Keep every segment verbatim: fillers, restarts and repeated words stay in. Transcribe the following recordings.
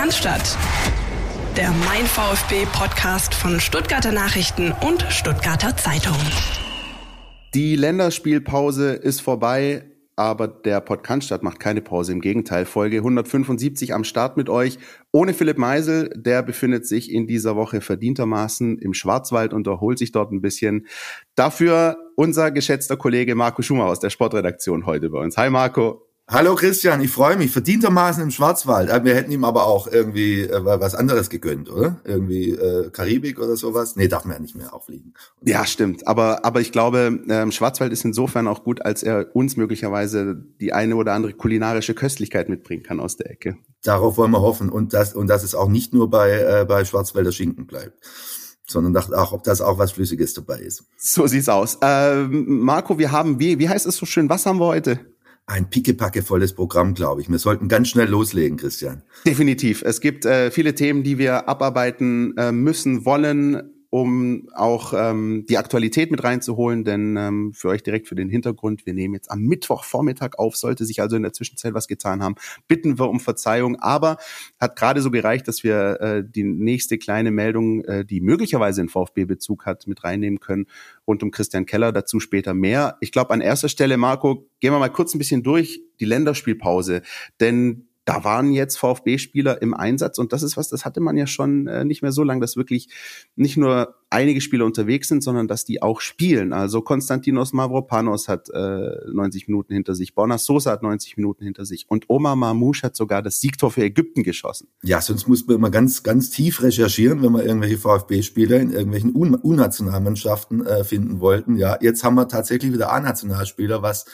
Podcast Der Mein VfB-Podcast von Stuttgarter Nachrichten und Stuttgarter Zeitung. Die Länderspielpause ist vorbei, aber der Podcast macht keine Pause. Im Gegenteil, Folge hundertfünfundsiebzig am Start mit euch. Ohne Philipp Meisel, der befindet sich in dieser Woche verdientermaßen im Schwarzwald und erholt sich dort ein bisschen. Dafür unser geschätzter Kollege Marco Schumacher aus der Sportredaktion heute bei uns. Hi Marco. Hallo Christian, ich freue mich. Verdientermaßen im Schwarzwald. Wir hätten ihm aber auch irgendwie äh, was anderes gegönnt, oder? Irgendwie äh, Karibik oder sowas. Nee, darf man ja nicht mehr auffliegen. Ja, stimmt. Aber aber ich glaube, ähm, Schwarzwald ist insofern auch gut, als er uns möglicherweise die eine oder andere kulinarische Köstlichkeit mitbringen kann aus der Ecke. Darauf wollen wir hoffen. Und das und dass es auch nicht nur bei äh, bei Schwarzwälder Schinken bleibt, sondern auch, ob das auch was Flüssiges dabei ist. So sieht's aus. Ähm, Marco, wir haben, wie wie heißt es so schön, was haben wir heute? Ein pickepackevolles Programm, glaube ich. Wir sollten ganz schnell loslegen, Christian. Definitiv. Es gibt äh, viele Themen, die wir abarbeiten äh, müssen, wollen, um auch ähm, die Aktualität mit reinzuholen. Denn ähm, für euch direkt für den Hintergrund, wir nehmen jetzt am Mittwochvormittag auf. Sollte sich also in der Zwischenzeit was getan haben, bitten wir um Verzeihung. Aber hat gerade so gereicht, dass wir äh, die nächste kleine Meldung, äh, die möglicherweise einen VfB-Bezug hat, mit reinnehmen können. Rund um Christian Keller, dazu später mehr. Ich glaube, an erster Stelle, Marco, gehen wir mal kurz ein bisschen durch die Länderspielpause. Denn da waren jetzt VfB-Spieler im Einsatz und das ist was, das hatte man ja schon äh, nicht mehr so lange, dass wirklich nicht nur einige Spieler unterwegs sind, sondern dass die auch spielen. Also Konstantinos Mavropanos hat äh, neunzig Minuten hinter sich, Borna Sosa hat neunzig Minuten hinter sich und Omar Mamouche hat sogar das Siegtor für Ägypten geschossen. Ja, sonst muss man immer ganz ganz tief recherchieren, wenn wir irgendwelche VfB-Spieler in irgendwelchen U-Nationalmannschaften äh, finden wollten. Ja, jetzt haben wir tatsächlich wieder A-Nationalspieler, was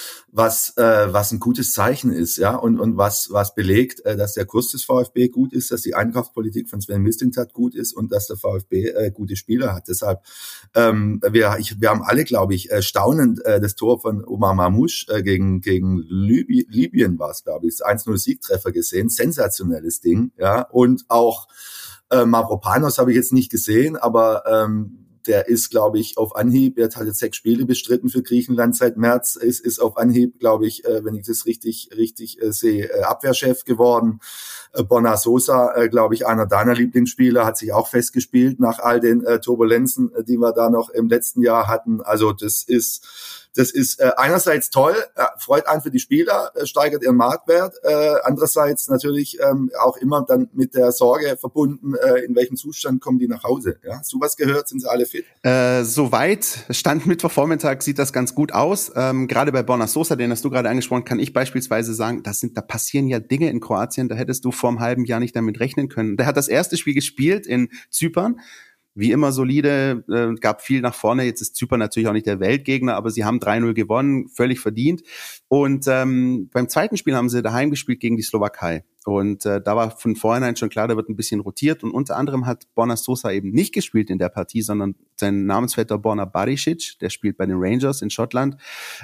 was äh, was ein gutes Zeichen ist, ja, und und was was belegt, äh, dass der Kurs des VfB gut ist, dass die Einkaufspolitik von Sven Mislintat gut ist und dass der VfB äh, gute Spieler hat. Deshalb ähm, wir ich, wir haben alle, glaube ich, äh, staunend äh, das Tor von Omar Mamouche äh, gegen gegen Liby, Libyen war es, glaube ich, das eins null Siegtreffer gesehen, sensationelles Ding, ja, und auch äh, Mavropanos habe ich jetzt nicht gesehen, aber ähm, der ist, glaube ich, auf Anhieb, er hat jetzt sechs Spiele bestritten für Griechenland seit März, ist, ist auf Anhieb, glaube ich, äh, wenn ich das richtig richtig äh, sehe, äh, Abwehrchef geworden. Äh, Borna Sosa, äh, glaube ich, einer deiner Lieblingsspieler, hat sich auch festgespielt nach all den äh, Turbulenzen, äh, die wir da noch im letzten Jahr hatten. Also das ist Das ist äh, einerseits toll, äh, freut einen für die Spieler, äh, steigert ihren Marktwert. Äh, andererseits natürlich ähm, auch immer dann mit der Sorge verbunden, äh, in welchem Zustand kommen die nach Hause. Ja, hast du was gehört? Sind sie alle fit? Äh, soweit, Stand Mittwochvormittag sieht das ganz gut aus. Ähm, gerade bei Borna Sosa, den hast du gerade angesprochen, kann ich beispielsweise sagen, das sind, da passieren ja Dinge in Kroatien, da hättest du vor einem halben Jahr nicht damit rechnen können. Der hat das erste Spiel gespielt in Zypern. Wie immer solide, äh, gab viel nach vorne. Jetzt ist Zypern natürlich auch nicht der Weltgegner, aber sie haben drei null gewonnen, völlig verdient. Und ähm, beim zweiten Spiel haben sie daheim gespielt gegen die Slowakei. Und äh, da war von vornherein schon klar, da wird ein bisschen rotiert. Und unter anderem hat Borna Sosa eben nicht gespielt in der Partie, sondern sein Namensvetter Borna Barisic, der spielt bei den Rangers in Schottland.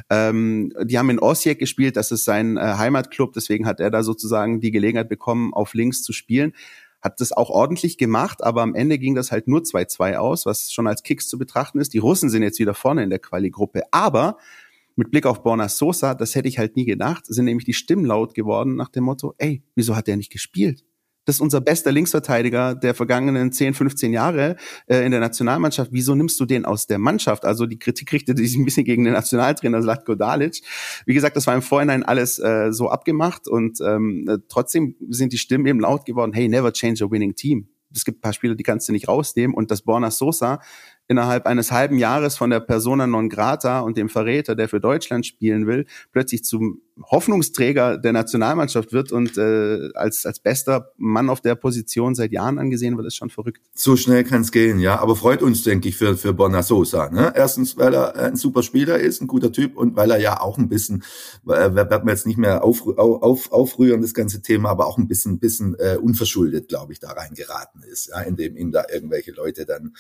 Ähm, die haben in Osijek gespielt, das ist sein äh, Heimatclub, deswegen hat er da sozusagen die Gelegenheit bekommen, auf links zu spielen. Hat das auch ordentlich gemacht, aber am Ende ging das halt nur zwei zwei aus, was schon als Kicks zu betrachten ist. Die Russen sind jetzt wieder vorne in der Quali-Gruppe, aber mit Blick auf Borna Sosa, das hätte ich halt nie gedacht, sind nämlich die Stimmen laut geworden nach dem Motto, ey, wieso hat der nicht gespielt? Das ist unser bester Linksverteidiger der vergangenen zehn, fünfzehn Jahre äh, in der Nationalmannschaft. Wieso nimmst du den aus der Mannschaft? Also die Kritik richtete sich ein bisschen gegen den Nationaltrainer Zlatko Dalic. Wie gesagt, das war im Vorhinein alles äh, so abgemacht und ähm, äh, trotzdem sind die Stimmen eben laut geworden, hey, never change a winning team. Es gibt ein paar Spieler, die kannst du nicht rausnehmen und das Borna Sosa innerhalb eines halben Jahres von der Persona non grata und dem Verräter, der für Deutschland spielen will, plötzlich zum Hoffnungsträger der Nationalmannschaft wird und äh, als als bester Mann auf der Position seit Jahren angesehen wird, ist schon verrückt. So schnell kann es gehen, ja. Aber freut uns, denke ich, für für Borna Sosa. Ne? Erstens, weil er ein super Spieler ist, ein guter Typ und weil er ja auch ein bisschen, äh, werden wir jetzt nicht mehr auf, auf, aufrühren, das ganze Thema, aber auch ein bisschen, bisschen äh, unverschuldet, glaube ich, da reingeraten ist, ja, indem ihm da irgendwelche Leute dann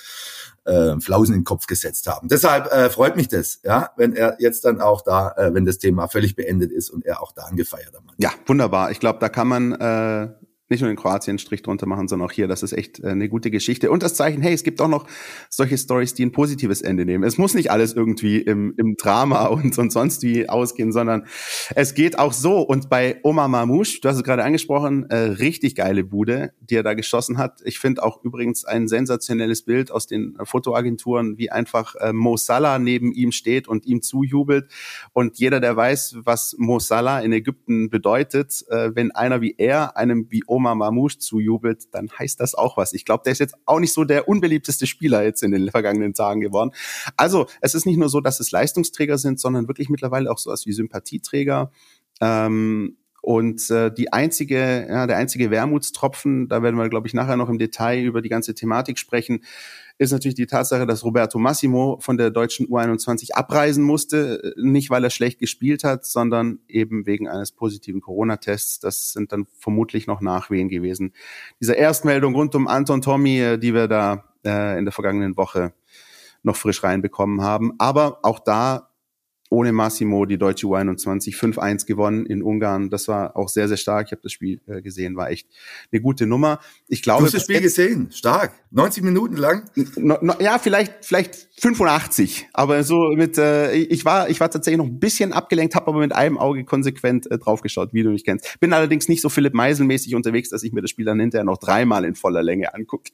äh, Flausen in den Kopf gesetzt haben. Deshalb äh, freut mich das, ja, wenn er jetzt dann auch da, äh, wenn das Thema völlig beendet ist und er auch da ein gefeierter Mann. Ja, wunderbar. Ich glaube, da kann man äh, nicht nur in Kroatien einen Strich drunter machen, sondern auch hier. Das ist echt eine gute Geschichte. Und das Zeichen, hey, es gibt auch noch solche Stories, die ein positives Ende nehmen. Es muss nicht alles irgendwie im, im Drama und, und sonst wie ausgehen, sondern es geht auch so. Und bei Omar Mamouche, du hast es gerade angesprochen, äh, richtig geile Bude, die er da geschossen hat. Ich finde auch übrigens ein sensationelles Bild aus den äh, Fotoagenturen, wie einfach äh, Mo Salah neben ihm steht und ihm zujubelt. Und jeder, der weiß, was Mo Salah in Ägypten bedeutet, äh, wenn einer wie er einem wie Omar Mamouche zujubelt, dann heißt das auch was. Ich glaube, der ist jetzt auch nicht so der unbeliebteste Spieler jetzt in den vergangenen Tagen geworden. Also es ist nicht nur so, dass es Leistungsträger sind, sondern wirklich mittlerweile auch sowas wie Sympathieträger. Ähm, und äh, die einzige, ja, der einzige Wermutstropfen, da werden wir, glaube ich, nachher noch im Detail über die ganze Thematik sprechen, ist natürlich die Tatsache, dass Roberto Massimo von der deutschen U einundzwanzig abreisen musste. Nicht, weil er schlecht gespielt hat, sondern eben wegen eines positiven Corona-Tests. Das sind dann vermutlich noch Nachwehen gewesen. Diese Erstmeldung rund um Anton Tommy, die wir da äh, in der vergangenen Woche noch frisch reinbekommen haben. Aber auch da ohne Massimo die deutsche U einundzwanzig fünf eins gewonnen in Ungarn. Das war auch sehr, sehr stark. Ich habe das Spiel äh, gesehen, war echt eine gute Nummer. Ich glaube, du hast das Spiel gesehen, stark. neunzig Minuten lang? No, no, ja, vielleicht vielleicht fünfundachtzig. Aber so mit, äh, ich war ich war tatsächlich noch ein bisschen abgelenkt, habe aber mit einem Auge konsequent äh, draufgeschaut, wie du mich kennst. Bin allerdings nicht so Philipp Meisel-mäßig unterwegs, dass ich mir das Spiel dann hinterher noch dreimal in voller Länge angucke.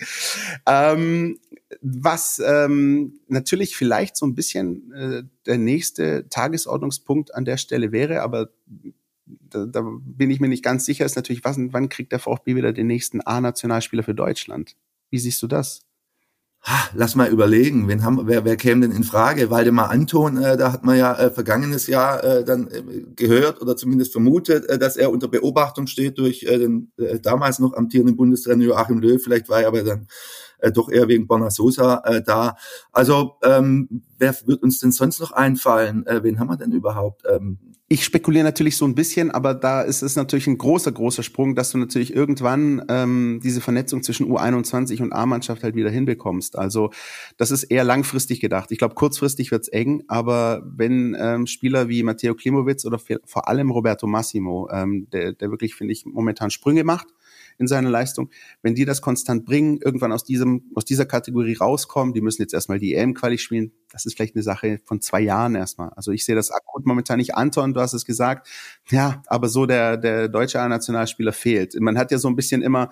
Ähm, was ähm, natürlich vielleicht so ein bisschen äh, der nächste Tagesordnungspunkt an der Stelle wäre, aber da, da bin ich mir nicht ganz sicher, ist natürlich, was, wann kriegt der VfB wieder den nächsten A-Nationalspieler für Deutschland? Wie siehst du das? Lass mal überlegen, wen haben, wer, wer käme denn in Frage? Waldemar Anton, äh, da hat man ja äh, vergangenes Jahr äh, dann äh, gehört oder zumindest vermutet, äh, dass er unter Beobachtung steht durch äh, den äh, damals noch amtierenden Bundestrainer Joachim Löw. Vielleicht war er aber dann äh, doch eher wegen Borna Sosa äh, da. Also ähm, wer wird uns denn sonst noch einfallen? Äh, wen haben wir denn überhaupt? Ähm, Ich spekuliere natürlich so ein bisschen, aber da ist es natürlich ein großer, großer Sprung, dass du natürlich irgendwann ähm, diese Vernetzung zwischen U einundzwanzig und A-Mannschaft halt wieder hinbekommst. Also das ist eher langfristig gedacht. Ich glaube, kurzfristig wird's eng, aber wenn ähm, Spieler wie Matteo Klimowitz oder vor allem Roberto Massimo, ähm, der, der wirklich, finde ich, momentan Sprünge macht in seiner Leistung, wenn die das konstant bringen, irgendwann aus diesem aus dieser Kategorie rauskommen, die müssen jetzt erstmal die E M-Quali spielen, das ist vielleicht eine Sache von zwei Jahren erstmal. Also ich sehe das akut momentan nicht. Anton, du hast es gesagt, ja, aber so der der deutsche A-Nationalspieler fehlt. Man hat ja so ein bisschen immer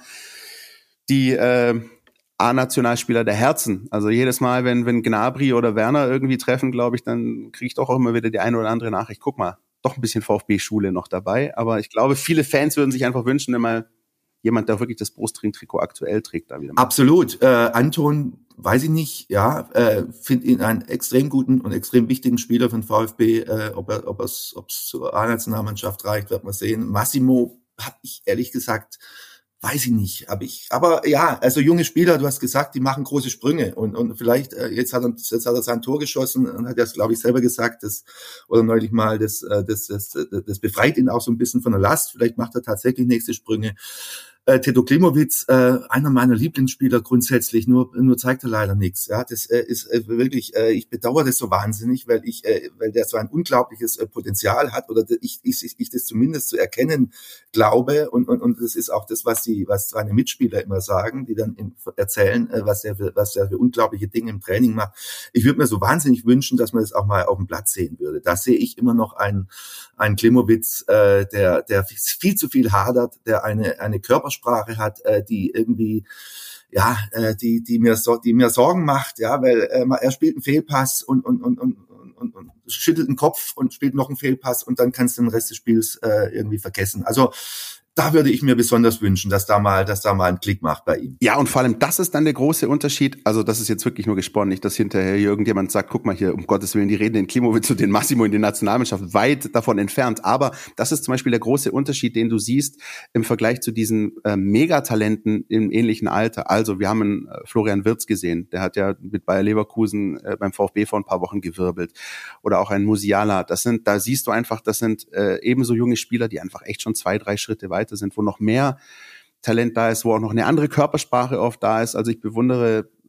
die äh, A-Nationalspieler der Herzen. Also jedes Mal, wenn wenn Gnabry oder Werner irgendwie treffen, glaube ich, dann kriege ich doch auch immer wieder die eine oder andere Nachricht. Guck mal, doch ein bisschen VfB-Schule noch dabei. Aber ich glaube, viele Fans würden sich einfach wünschen, wenn mal jemand, der wirklich das Brustring-Trikot aktuell trägt, da wieder. Absolut. Äh, Anton, weiß ich nicht, ja, äh, finde ihn einen extrem guten und extrem wichtigen Spieler von VfB. Äh, ob er, ob es, ob es zur A-Nationalmannschaft reicht, wird man sehen. Massimo, habe ich ehrlich gesagt, weiß ich nicht. Hab ich, aber ja, also junge Spieler, du hast gesagt, die machen große Sprünge und und vielleicht äh, jetzt hat er jetzt hat er sein Tor geschossen und hat das, glaube ich, selber gesagt, das oder neulich mal, das das das das befreit ihn auch so ein bisschen von der Last. Vielleicht macht er tatsächlich nächste Sprünge. Äh, Teto Klimowitz, äh, einer meiner Lieblingsspieler grundsätzlich, nur nur zeigt er leider nichts. Ja, das äh, ist äh, wirklich, äh, ich bedauere das so wahnsinnig, weil ich, äh, weil der so ein unglaubliches äh, Potenzial hat oder ich, ich ich das zumindest zu erkennen glaube und und und das ist auch das, was die was seine Mitspieler immer sagen, die dann im, erzählen, äh, was er für was er für unglaubliche Dinge im Training macht. Ich würde mir so wahnsinnig wünschen, dass man das auch mal auf dem Platz sehen würde. Da sehe ich immer noch einen einen Klimowitz, äh, der der viel zu viel hadert, der eine eine Körper Sprache hat, äh, die irgendwie, ja, äh, die, die mir so, die mir Sorgen macht, ja, weil äh, er spielt einen Fehlpass und und und und und, und schüttelt den Kopf und spielt noch einen Fehlpass und dann kannst du den Rest des Spiels äh, irgendwie vergessen. Also da würde ich mir besonders wünschen, dass da mal, dass da mal ein Klick macht bei ihm. Ja, und vor allem, das ist dann der große Unterschied. Also, das ist jetzt wirklich nur gesponnen, nicht, dass hinterher irgendjemand sagt, guck mal hier, um Gottes Willen, die reden den Klimowitz und den Massimo in die Nationalmannschaft weit davon entfernt. Aber das ist zum Beispiel der große Unterschied, den du siehst im Vergleich zu diesen äh, Megatalenten im ähnlichen Alter. Also, wir haben einen äh, Florian Wirtz gesehen. Der hat ja mit Bayer Leverkusen äh, beim VfB vor ein paar Wochen gewirbelt. Oder auch ein Musiala. Das sind, da siehst du einfach, das sind äh, ebenso junge Spieler, die einfach echt schon zwei, drei Schritte weiter sind, wo noch mehr Talent da ist, wo auch noch eine andere Körpersprache oft da ist. Also ich bewundere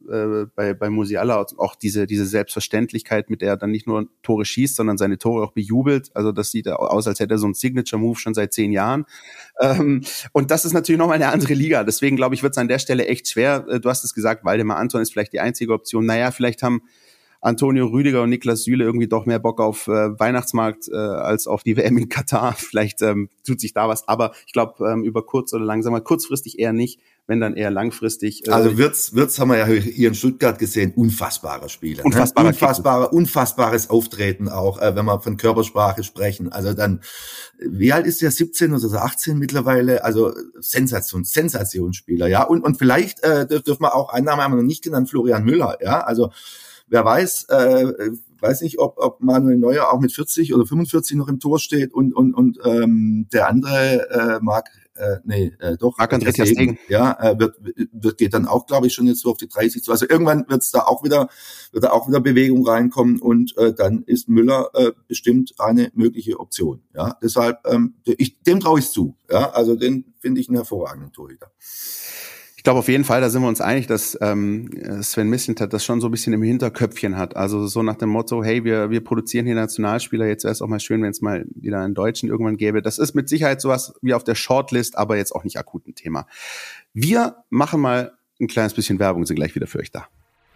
äh, bei, bei Musiala auch diese, diese Selbstverständlichkeit, mit der er dann nicht nur Tore schießt, sondern seine Tore auch bejubelt. Also das sieht aus, als hätte er so einen Signature-Move schon seit zehn Jahren. Ähm, und das ist natürlich nochmal eine andere Liga. Deswegen glaube ich, wird es an der Stelle echt schwer. Du hast es gesagt, Waldemar Anton ist vielleicht die einzige Option. Naja, vielleicht haben Antonio Rüdiger und Niklas Süle irgendwie doch mehr Bock auf äh, Weihnachtsmarkt äh, als auf die W M in Katar. Vielleicht ähm, tut sich da was, aber ich glaube, ähm, über kurz oder lang, sagen wir kurzfristig eher nicht, wenn dann eher langfristig. Äh, also Wirtz, Wirtz haben wir ja hier in Stuttgart gesehen, unfassbarer Spieler. Unfassbarer ne? Unfassbarer, unfassbares Auftreten auch, äh, wenn wir von Körpersprache sprechen. Also dann, wie alt ist der? siebzehn oder achtzehn mittlerweile? Also Sensation, Sensationsspieler, ja. Und und vielleicht äh, dürfen wir auch, einen Namen haben wir noch nicht genannt, Florian Müller, ja. Also wer weiß, äh, weiß nicht, ob, ob Manuel Neuer auch mit vierzig oder fünfundvierzig noch im Tor steht und und und ähm, der andere äh, Marc, äh, nee, äh, doch, Marc-André ter Stegen, ja, äh, wird, wird geht dann auch, glaube ich, schon jetzt so auf die dreißig zu. Also irgendwann wird's da auch wieder, wird da auch wieder Bewegung reinkommen und äh, dann ist Müller äh, bestimmt eine mögliche Option. Ja, deshalb, ähm, ich, dem traue ich zu. Ja, also den finde ich einen hervorragenden Torhüter. Ich glaube auf jeden Fall, da sind wir uns einig, dass ähm, Sven Mislintat das schon so ein bisschen im Hinterköpfchen hat. Also so nach dem Motto, hey, wir wir produzieren hier Nationalspieler, jetzt wäre es auch mal schön, wenn es mal wieder einen Deutschen irgendwann gäbe. Das ist mit Sicherheit sowas wie auf der Shortlist, aber jetzt auch nicht akut ein Thema. Wir machen mal ein kleines bisschen Werbung, sind gleich wieder für euch da.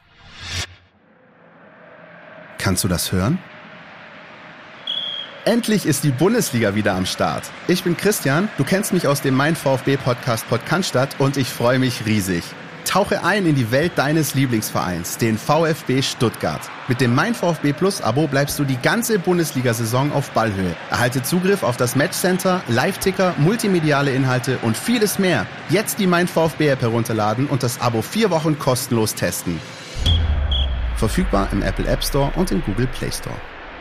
Kannst du das hören? Endlich ist die Bundesliga wieder am Start. Ich bin Christian, du kennst mich aus dem Mein VfB-Podcast Podcaststadt und ich freue mich riesig. Tauche ein in die Welt deines Lieblingsvereins, den VfB Stuttgart. Mit dem Mein VfB Plus Abo bleibst du die ganze Bundesliga-Saison auf Ballhöhe. Erhalte Zugriff auf das Matchcenter, Live-Ticker, multimediale Inhalte und vieles mehr. Jetzt die Mein VfB-App herunterladen und das Abo vier Wochen kostenlos testen. Verfügbar im Apple App Store und im Google Play Store.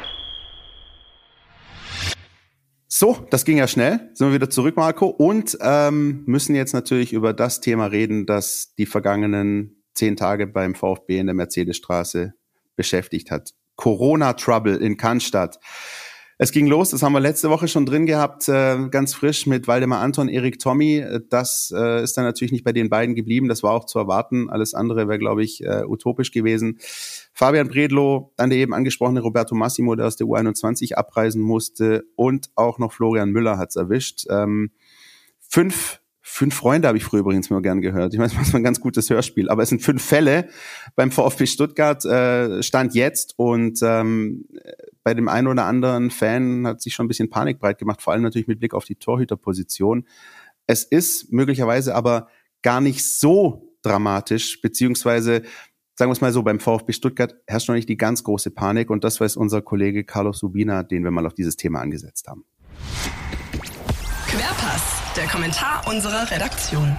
So, das ging ja schnell. Sind wir wieder zurück, Marco, und ähm, müssen jetzt natürlich über das Thema reden, das die vergangenen zehn Tage beim VfB in der Mercedesstraße beschäftigt hat. Corona-Trouble in Cannstatt. Es ging los, das haben wir letzte Woche schon drin gehabt, äh, ganz frisch mit Waldemar Anton, Erik Tommy. Das äh, ist dann natürlich nicht bei den beiden geblieben, das war auch zu erwarten. Alles andere wäre, glaube ich, äh, utopisch gewesen. Fabian Bredlow, dann der eben angesprochene Roberto Massimo, der aus der U einundzwanzig abreisen musste, und auch noch Florian Müller hat's erwischt. Ähm, fünf Fünf Freunde habe ich früher übrigens immer gern gehört. Ich weiß, das war ein ganz gutes Hörspiel. Aber es sind fünf Fälle beim VfB Stuttgart, äh, Stand jetzt. Und ähm, bei dem einen oder anderen Fan hat sich schon ein bisschen Panik breit gemacht, vor allem natürlich mit Blick auf die Torhüterposition. Es ist möglicherweise aber gar nicht so dramatisch, beziehungsweise, sagen wir es mal so, beim VfB Stuttgart herrscht noch nicht die ganz große Panik. Und das weiß unser Kollege Carlos Subina, den wir mal auf dieses Thema angesetzt haben. Querpass, der Kommentar unserer Redaktion.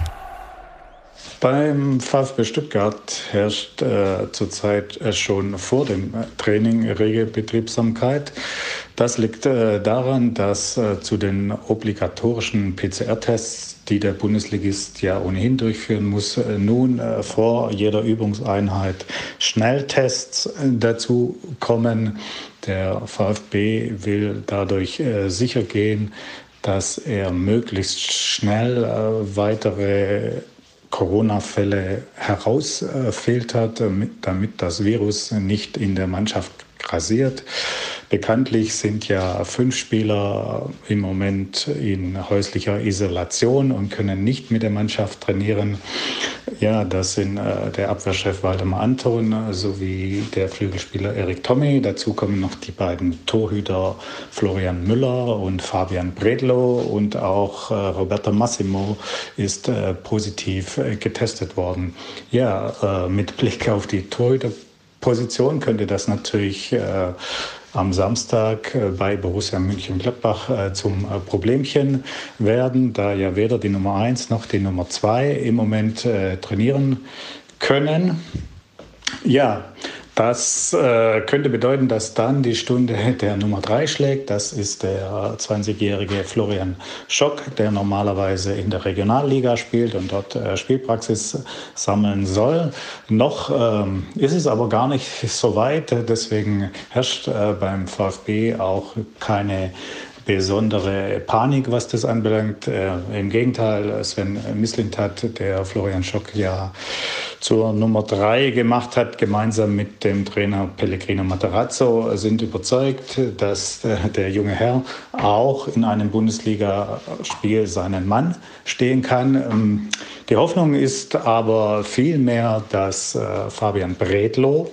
Beim VfB Stuttgart herrscht äh, zurzeit äh, schon vor dem Training rege Betriebsamkeit. Das liegt äh, daran, dass äh, zu den obligatorischen P C R-Tests, die der Bundesligist ja ohnehin durchführen muss, äh, nun äh, vor jeder Übungseinheit Schnelltests äh, dazu kommen. Der VfB will dadurch äh, sicher gehen, dass er möglichst schnell äh, weitere Corona-Fälle herausfiltert, damit, damit das Virus nicht in der Mannschaft grassiert. Bekanntlich sind ja fünf Spieler im Moment in häuslicher Isolation und können nicht mit der Mannschaft trainieren. Ja, das sind äh, der Abwehrchef Waldemar Anton sowie der Flügelspieler Erik Tommy. Dazu kommen noch die beiden Torhüter Florian Müller und Fabian Bredlow, und auch äh, Roberto Massimo ist äh, positiv äh, getestet worden. Ja, äh, mit Blick auf die Torhüterposition könnte das natürlich äh, am Samstag bei Borussia Mönchengladbach zum Problemchen werden, da ja weder die Nummer eins noch die Nummer zwei im Moment äh, trainieren können. Ja, das äh, könnte bedeuten, dass dann die Stunde der Nummer drei schlägt. Das ist der zwanzigjährige Florian Schock, der normalerweise in der Regionalliga spielt und dort äh, Spielpraxis sammeln soll. Noch ähm, ist es aber gar nicht so weit. Deswegen herrscht äh, beim VfB auch keine besondere Panik, was das anbelangt. Äh, Im Gegenteil, Sven Mislintat, der Florian Schock ja zur Nummer drei gemacht hat, gemeinsam mit dem Trainer Pellegrino Matarazzo, sind überzeugt, dass äh, der junge Herr auch in einem Bundesligaspiel seinen Mann stehen kann. Ähm, die Hoffnung ist aber vielmehr, dass äh, Fabian Bredlow,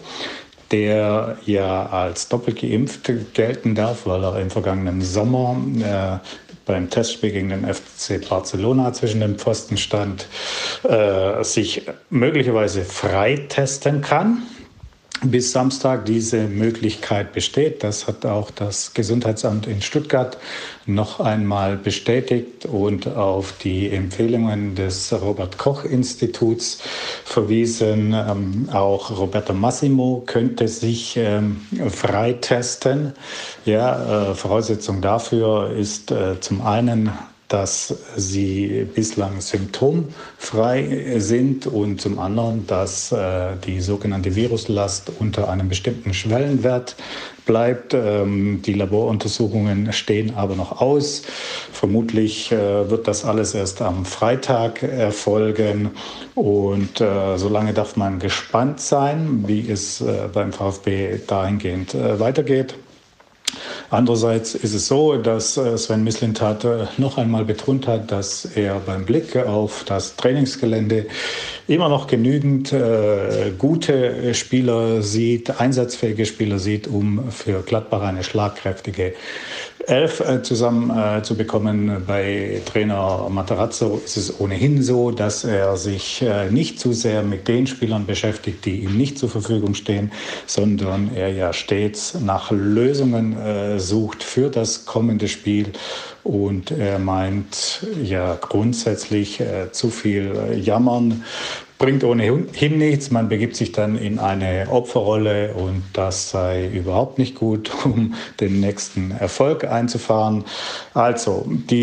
der ja als doppelt geimpft gelten darf, weil er im vergangenen Sommer äh, beim Testspiel gegen den F C Barcelona zwischen den Pfosten stand, äh, sich möglicherweise freitesten kann. Bis Samstag diese Möglichkeit besteht. Das hat auch das Gesundheitsamt in Stuttgart noch einmal bestätigt und auf die Empfehlungen des Robert-Koch-Instituts verwiesen. Ähm, auch Roberto Massimo könnte sich ähm, freitesten. Ja, äh, Voraussetzung dafür ist äh, zum einen, dass sie bislang symptomfrei sind und zum anderen, dass äh, die sogenannte Viruslast unter einem bestimmten Schwellenwert bleibt. Ähm, die Laboruntersuchungen stehen aber noch aus. Vermutlich äh, wird das alles erst am Freitag erfolgen und äh, solange darf man gespannt sein, wie es äh, beim VfB dahingehend äh, weitergeht. Andererseits ist es so, dass Sven Mislintat noch einmal betont hat, dass er beim Blick auf das Trainingsgelände immer noch genügend äh, gute Spieler sieht, einsatzfähige Spieler sieht, um für Gladbach eine schlagkräftige Elf äh, zusammen äh, zu bekommen. Bei Trainer Matarazzo ist es ohnehin so, dass er sich äh, nicht zu sehr mit den Spielern beschäftigt, die ihm nicht zur Verfügung stehen, sondern er ja stets nach Lösungen äh, sucht für das kommende Spiel. Und er meint ja grundsätzlich äh, zu viel äh, Jammern bringt ohnehin nichts. Man begibt sich dann in eine Opferrolle und das sei überhaupt nicht gut, um den nächsten Erfolg einzufahren. Also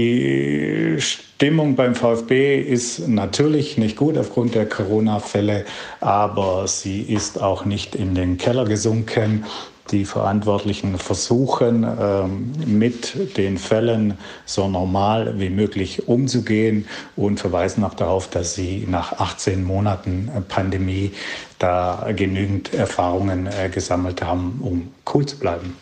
die Stimmung beim VfB ist natürlich nicht gut aufgrund der Corona-Fälle, aber sie ist auch nicht in den Keller gesunken. Die Verantwortlichen versuchen, ähm, mit den Fällen so normal wie möglich umzugehen und verweisen auch darauf, dass sie nach achtzehn Monaten Pandemie da genügend Erfahrungen äh, gesammelt haben, um cool zu bleiben.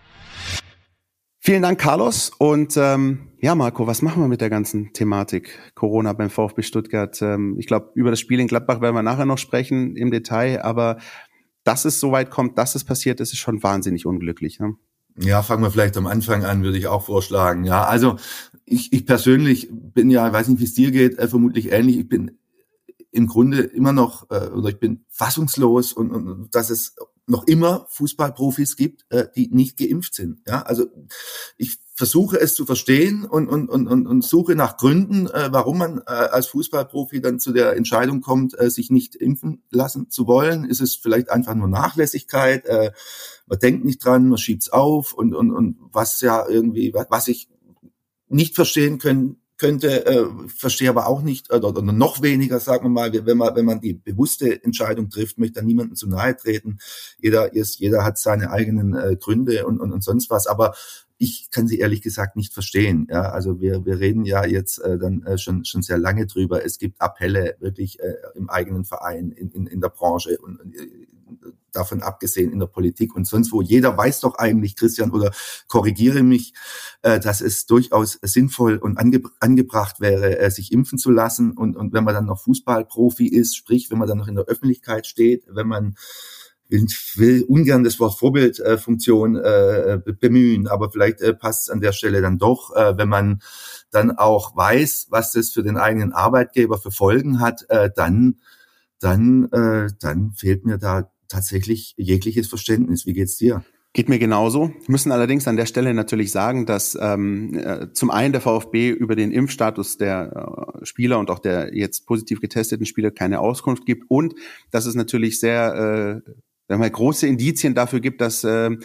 Vielen Dank, Carlos. Und ähm, ja, Marco, was machen wir mit der ganzen Thematik Corona beim VfB Stuttgart? Ähm, ich glaube, über das Spiel in Gladbach werden wir nachher noch sprechen im Detail, aber dass es so weit kommt, dass es passiert ist, ist schon wahnsinnig unglücklich. Ne? Ja, fangen wir vielleicht am Anfang an, würde ich auch vorschlagen. Ja, also ich, ich persönlich bin ja, ich weiß nicht, wie es dir geht, äh, vermutlich ähnlich. Ich bin im Grunde immer noch, äh, oder ich bin fassungslos und, und dass es noch immer Fußballprofis gibt, äh, die nicht geimpft sind. Ja, also ich versuche es zu verstehen und und und und suche nach Gründen, äh, warum man äh, als Fußballprofi dann zu der Entscheidung kommt, äh, sich nicht impfen lassen zu wollen. Ist es vielleicht einfach nur Nachlässigkeit? Äh, man denkt nicht dran, man schiebt's auf und und und was ja irgendwie, was ich nicht verstehen können könnte, äh, verstehe aber auch nicht, oder, oder noch weniger, sagen wir mal, wenn man wenn man die bewusste Entscheidung trifft, möchte da niemandem zu nahe treten. Jeder ist, jeder hat seine eigenen äh, Gründe und, und und sonst was, aber ich kann sie ehrlich gesagt nicht verstehen. Ja, also wir wir reden ja jetzt äh, dann äh, schon schon sehr lange drüber. Es gibt Appelle wirklich äh, im eigenen Verein, in in, in der Branche und äh, davon abgesehen in der Politik und sonst wo. Jeder weiß doch eigentlich, Christian, oder korrigiere mich, äh, dass es durchaus sinnvoll und ange- angebracht wäre, äh, sich impfen zu lassen. Und, und wenn man dann noch Fußballprofi ist, sprich, wenn man dann noch in der Öffentlichkeit steht, wenn man ich will ungern das Wort Vorbildfunktion äh, bemühen, aber vielleicht äh, passt es an der Stelle dann doch, äh, wenn man dann auch weiß, was das für den eigenen Arbeitgeber für Folgen hat, äh, dann dann äh, dann fehlt mir da tatsächlich jegliches Verständnis. Wie geht's dir? Geht mir genauso. Wir müssen allerdings an der Stelle natürlich sagen, dass ähm, äh, zum einen der VfB über den Impfstatus der äh, Spieler und auch der jetzt positiv getesteten Spieler keine Auskunft gibt und dass es natürlich sehr äh, sagen wir mal, große Indizien dafür gibt, dass äh,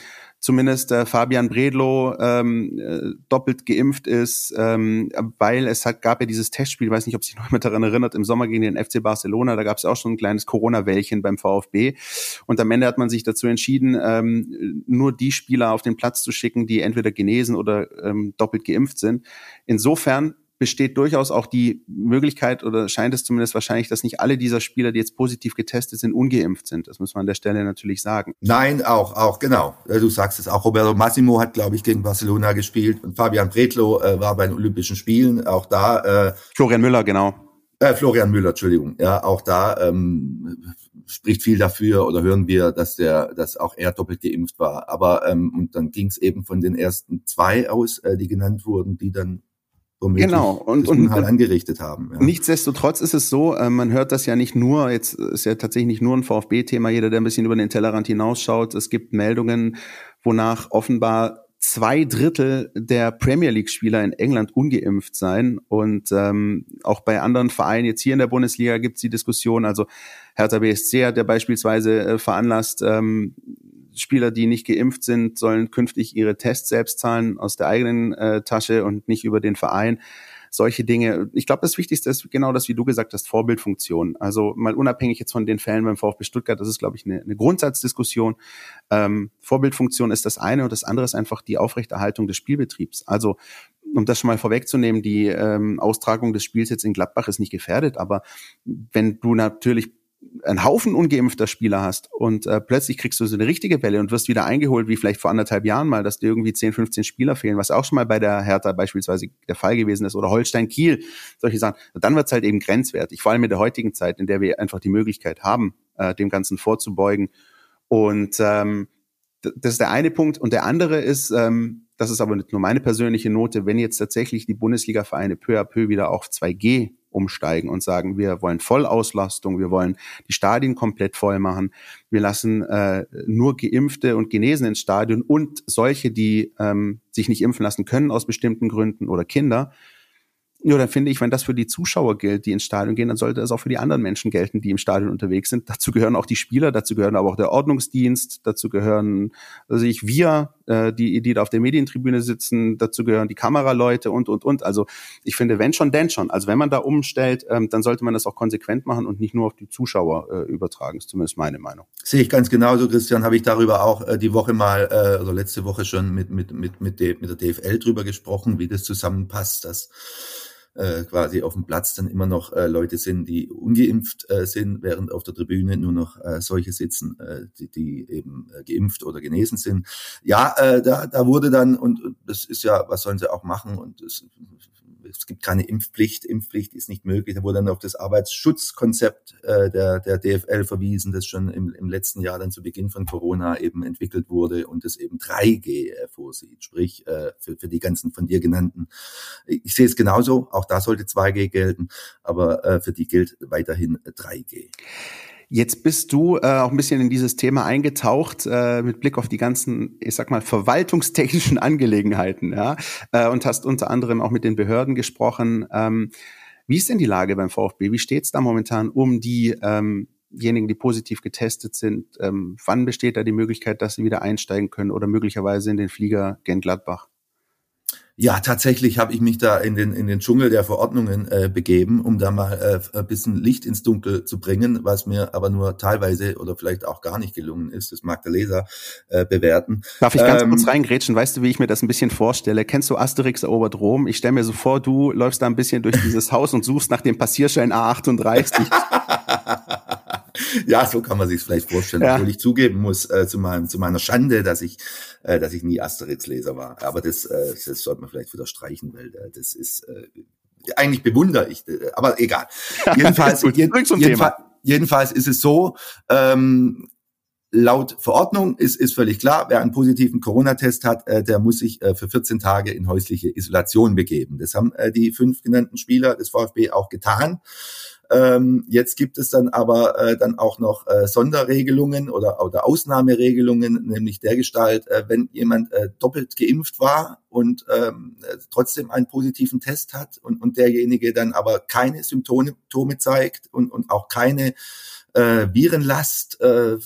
zumindest äh, Fabian Bredlow ähm, äh, doppelt geimpft ist, ähm, weil es hat, gab ja dieses Testspiel, ich weiß nicht, ob sich noch jemand daran erinnert, im Sommer gegen den F C Barcelona, da gab es auch schon ein kleines Corona-Wellchen beim VfB und am Ende hat man sich dazu entschieden, ähm, nur die Spieler auf den Platz zu schicken, die entweder genesen oder ähm, doppelt geimpft sind. Insofern besteht durchaus auch die Möglichkeit, oder scheint es zumindest wahrscheinlich, dass nicht alle dieser Spieler, die jetzt positiv getestet sind, ungeimpft sind. Das muss man an der Stelle natürlich sagen. Nein, auch, auch, genau. Du sagst es auch. Roberto Massimo hat, glaube ich, gegen Barcelona gespielt und Fabian Bredlow äh, war bei den Olympischen Spielen. Auch da. Äh, Florian Müller, genau. Äh, Florian Müller, Entschuldigung. Ja, auch da ähm, spricht viel dafür, oder hören wir, dass der, dass auch er doppelt geimpft war. Aber ähm, und dann ging es eben von den ersten zwei aus, äh, die genannt wurden, die dann genau und, und und angerichtet haben. Ja. Nichtsdestotrotz ist es so, äh, man hört das ja nicht nur, jetzt ist ja tatsächlich nicht nur ein VfB-Thema, jeder, der ein bisschen über den Tellerrand hinausschaut, es gibt Meldungen, wonach offenbar zwei Drittel der Premier League-Spieler in England ungeimpft seien und ähm, auch bei anderen Vereinen, jetzt hier in der Bundesliga gibt es die Diskussion, also Hertha B S C hat ja beispielsweise äh, veranlasst, ähm, Spieler, die nicht geimpft sind, sollen künftig ihre Tests selbst zahlen aus der eigenen äh, Tasche und nicht über den Verein. Solche Dinge. Ich glaube, das Wichtigste ist genau das, wie du gesagt hast, Vorbildfunktion. Also mal unabhängig jetzt von den Fällen beim VfB Stuttgart, das ist, glaube ich, eine, eine Grundsatzdiskussion. Ähm, Vorbildfunktion ist das eine und das andere ist einfach die Aufrechterhaltung des Spielbetriebs. Also um das schon mal vorwegzunehmen, die ähm, Austragung des Spiels jetzt in Gladbach ist nicht gefährdet, aber wenn du natürlich einen Haufen ungeimpfter Spieler hast und äh, plötzlich kriegst du so eine richtige Welle und wirst wieder eingeholt, wie vielleicht vor anderthalb Jahren mal, dass dir irgendwie zehn, fünfzehn Spieler fehlen, was auch schon mal bei der Hertha beispielsweise der Fall gewesen ist oder Holstein Kiel, solche Sachen, dann wird's halt eben grenzwertig, vor allem in der heutigen Zeit, in der wir einfach die Möglichkeit haben, äh, dem Ganzen vorzubeugen. Und ähm, das ist der eine Punkt. Und der andere ist, ähm, das ist aber nicht nur meine persönliche Note, wenn jetzt tatsächlich die Bundesliga-Vereine peu à peu wieder auf zwei G umsteigen und sagen, wir wollen Vollauslastung, wir wollen die Stadien komplett voll machen, wir lassen äh, nur Geimpfte und Genesen ins Stadion und solche, die ähm, sich nicht impfen lassen können aus bestimmten Gründen oder Kinder. Ja, dann finde ich, wenn das für die Zuschauer gilt, die ins Stadion gehen, dann sollte es auch für die anderen Menschen gelten, die im Stadion unterwegs sind. Dazu gehören auch die Spieler, dazu gehören aber auch der Ordnungsdienst, dazu gehören, also ich, wir, äh, die, die da auf der Medientribüne sitzen, dazu gehören die Kameraleute und, und, und. Also ich finde, wenn schon, denn schon. Also wenn man da umstellt, ähm, dann sollte man das auch konsequent machen und nicht nur auf die Zuschauer äh, übertragen. Das ist zumindest meine Meinung. Sehe ich ganz genauso, Christian. Habe ich darüber auch äh, die Woche mal, äh, oder letzte Woche schon mit, mit, mit, mit, de, mit der D F L drüber gesprochen, wie das zusammenpasst, dass Äh, quasi auf dem Platz dann immer noch äh, Leute sind, die ungeimpft äh, sind, während auf der Tribüne nur noch äh, solche sitzen, äh, die, die eben äh, geimpft oder genesen sind. Ja, äh, da, da wurde dann, und, und das ist ja, was sollen sie auch machen, und es, es gibt keine Impfpflicht, Impfpflicht ist nicht möglich. Da wurde dann auf das Arbeitsschutzkonzept äh, der, der D F L verwiesen, das schon im, im letzten Jahr dann zu Beginn von Corona eben entwickelt wurde und das eben drei G äh, vorsieht, sprich äh, für, für die ganzen von dir genannten. Ich sehe es genauso, auch da sollte zwei G gelten, aber äh, für die gilt weiterhin drei G. Jetzt bist du äh, auch ein bisschen in dieses Thema eingetaucht, äh, mit Blick auf die ganzen, ich sag mal, verwaltungstechnischen Angelegenheiten, ja, äh, und hast unter anderem auch mit den Behörden gesprochen. Ähm, wie ist denn die Lage beim VfB? Wie steht's da momentan um die ähm, diejenigen, die positiv getestet sind? Ähm, wann besteht da die Möglichkeit, dass sie wieder einsteigen können oder möglicherweise in den Flieger gen Gladbach? Ja, tatsächlich habe ich mich da in den in den Dschungel der Verordnungen äh, begeben, um da mal äh, ein bisschen Licht ins Dunkel zu bringen, was mir aber nur teilweise oder vielleicht auch gar nicht gelungen ist. Das mag der Leser äh, bewerten. Darf ich ganz ähm, kurz reingrätschen? Weißt du, wie ich mir das ein bisschen vorstelle? Kennst du Asterix erobert Rom? Ich stelle mir so vor, du läufst da ein bisschen durch dieses Haus und suchst nach dem Passierschein A achtunddreißig. Ja, so kann man sich vielleicht vorstellen. Ja. Obwohl ich zugeben muss, äh, zu, meinem, zu meiner Schande, dass ich äh, dass ich nie Asterix-Leser war. Aber das, äh, das sollte man vielleicht wieder streichen, weil äh, das ist äh, eigentlich bewundere ich. Äh, aber egal. Jedenfalls, Gut, jeden, jedenfalls, jedenfalls ist es so, ähm, laut Verordnung ist, ist völlig klar, wer einen positiven Corona-Test hat, äh, der muss sich äh, für vierzehn Tage in häusliche Isolation begeben. Das haben äh, die fünf genannten Spieler des VfB auch getan. Ähm, jetzt gibt es dann aber äh, dann auch noch äh, Sonderregelungen oder, oder Ausnahmeregelungen, nämlich dergestalt, äh, wenn jemand äh, doppelt geimpft war und ähm, trotzdem einen positiven Test hat und, und derjenige dann aber keine Symptome zeigt und, und auch keine äh, Virenlast, äh,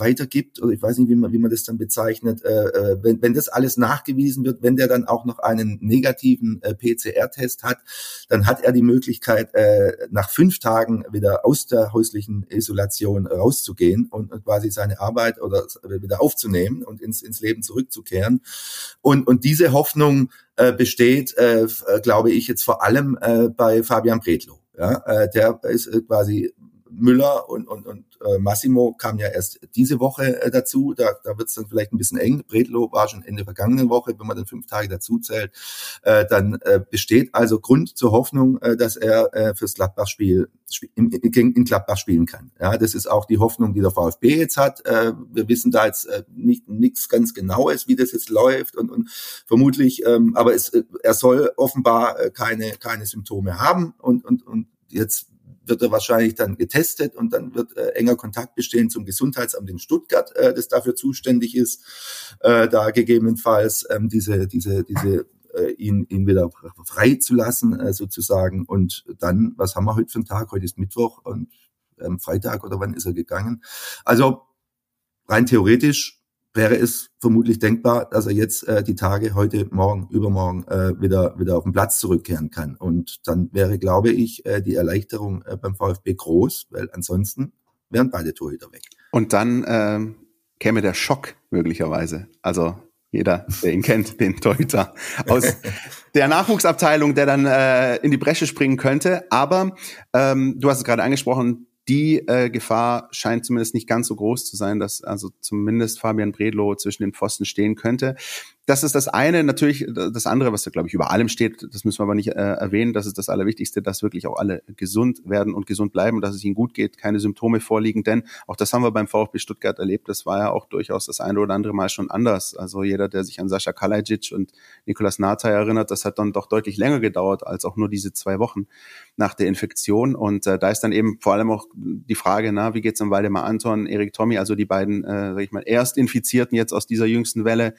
weitergibt, oder ich weiß nicht, wie man, wie man das dann bezeichnet, äh, wenn, wenn das alles nachgewiesen wird, wenn der dann auch noch einen negativen äh, P C R-Test hat, dann hat er die Möglichkeit, äh, nach fünf Tagen wieder aus der häuslichen Isolation rauszugehen und, und quasi seine Arbeit oder wieder aufzunehmen und ins, ins Leben zurückzukehren. Und, und diese Hoffnung äh, besteht, äh, glaube ich, jetzt vor allem äh, bei Fabian Bredlow. Ja, äh, der ist äh, quasi Müller und, und, und äh, Massimo kam ja erst diese Woche äh, dazu. Da, da wird es dann vielleicht ein bisschen eng. Bredlow war schon Ende vergangenen Woche, wenn man dann fünf Tage dazu zählt. Äh, dann äh, besteht also Grund zur Hoffnung, äh, dass er äh, fürs Gladbach-Spiel in, in, in Gladbach spielen kann. Ja, das ist auch die Hoffnung, die der VfB jetzt hat. Äh, wir wissen da jetzt äh, nicht nichts ganz Genaues, wie das jetzt läuft und, und vermutlich, ähm, aber es, äh, er soll offenbar äh, keine keine Symptome haben und und und jetzt wird er wahrscheinlich dann getestet und dann wird äh, enger Kontakt bestehen zum Gesundheitsamt in Stuttgart, äh, das dafür zuständig ist, äh, da gegebenenfalls ähm, diese diese diese äh, ihn ihn wieder frei zu lassen äh, sozusagen. Und dann, was haben wir heute für einen Tag? Heute ist Mittwoch und ähm, Freitag oder wann ist er gegangen? Also rein theoretisch wäre es vermutlich denkbar, dass er jetzt äh, die Tage heute, morgen, übermorgen äh, wieder wieder auf den Platz zurückkehren kann. Und dann wäre, glaube ich, äh, die Erleichterung äh, beim VfB groß, weil ansonsten wären beide Torhüter weg. Und dann ähm, käme der Schock möglicherweise. Also jeder, der ihn kennt, den Torhüter aus der Nachwuchsabteilung, der dann äh, in die Bresche springen könnte. Aber ähm, du hast es gerade angesprochen, die äh, Gefahr scheint zumindest nicht ganz so groß zu sein, dass also zumindest Fabian Bredlow zwischen den Pfosten stehen könnte. Das ist das eine. Natürlich das andere, was da, glaube ich, über allem steht, das müssen wir aber nicht äh, erwähnen, das ist das Allerwichtigste, dass wirklich auch alle gesund werden und gesund bleiben, dass es ihnen gut geht, keine Symptome vorliegen, denn auch das haben wir beim VfB Stuttgart erlebt, das war ja auch durchaus das eine oder andere Mal schon anders. Also jeder, der sich an Sascha Kalajic und Nicolas Nathai erinnert, das hat dann doch deutlich länger gedauert als auch nur diese zwei Wochen nach der Infektion. Und äh, da ist dann eben vor allem auch die Frage, na, wie geht's um Waldemar Anton, Erik Tommy, also die beiden, äh, sag ich mal, Erstinfizierten jetzt aus dieser jüngsten Welle.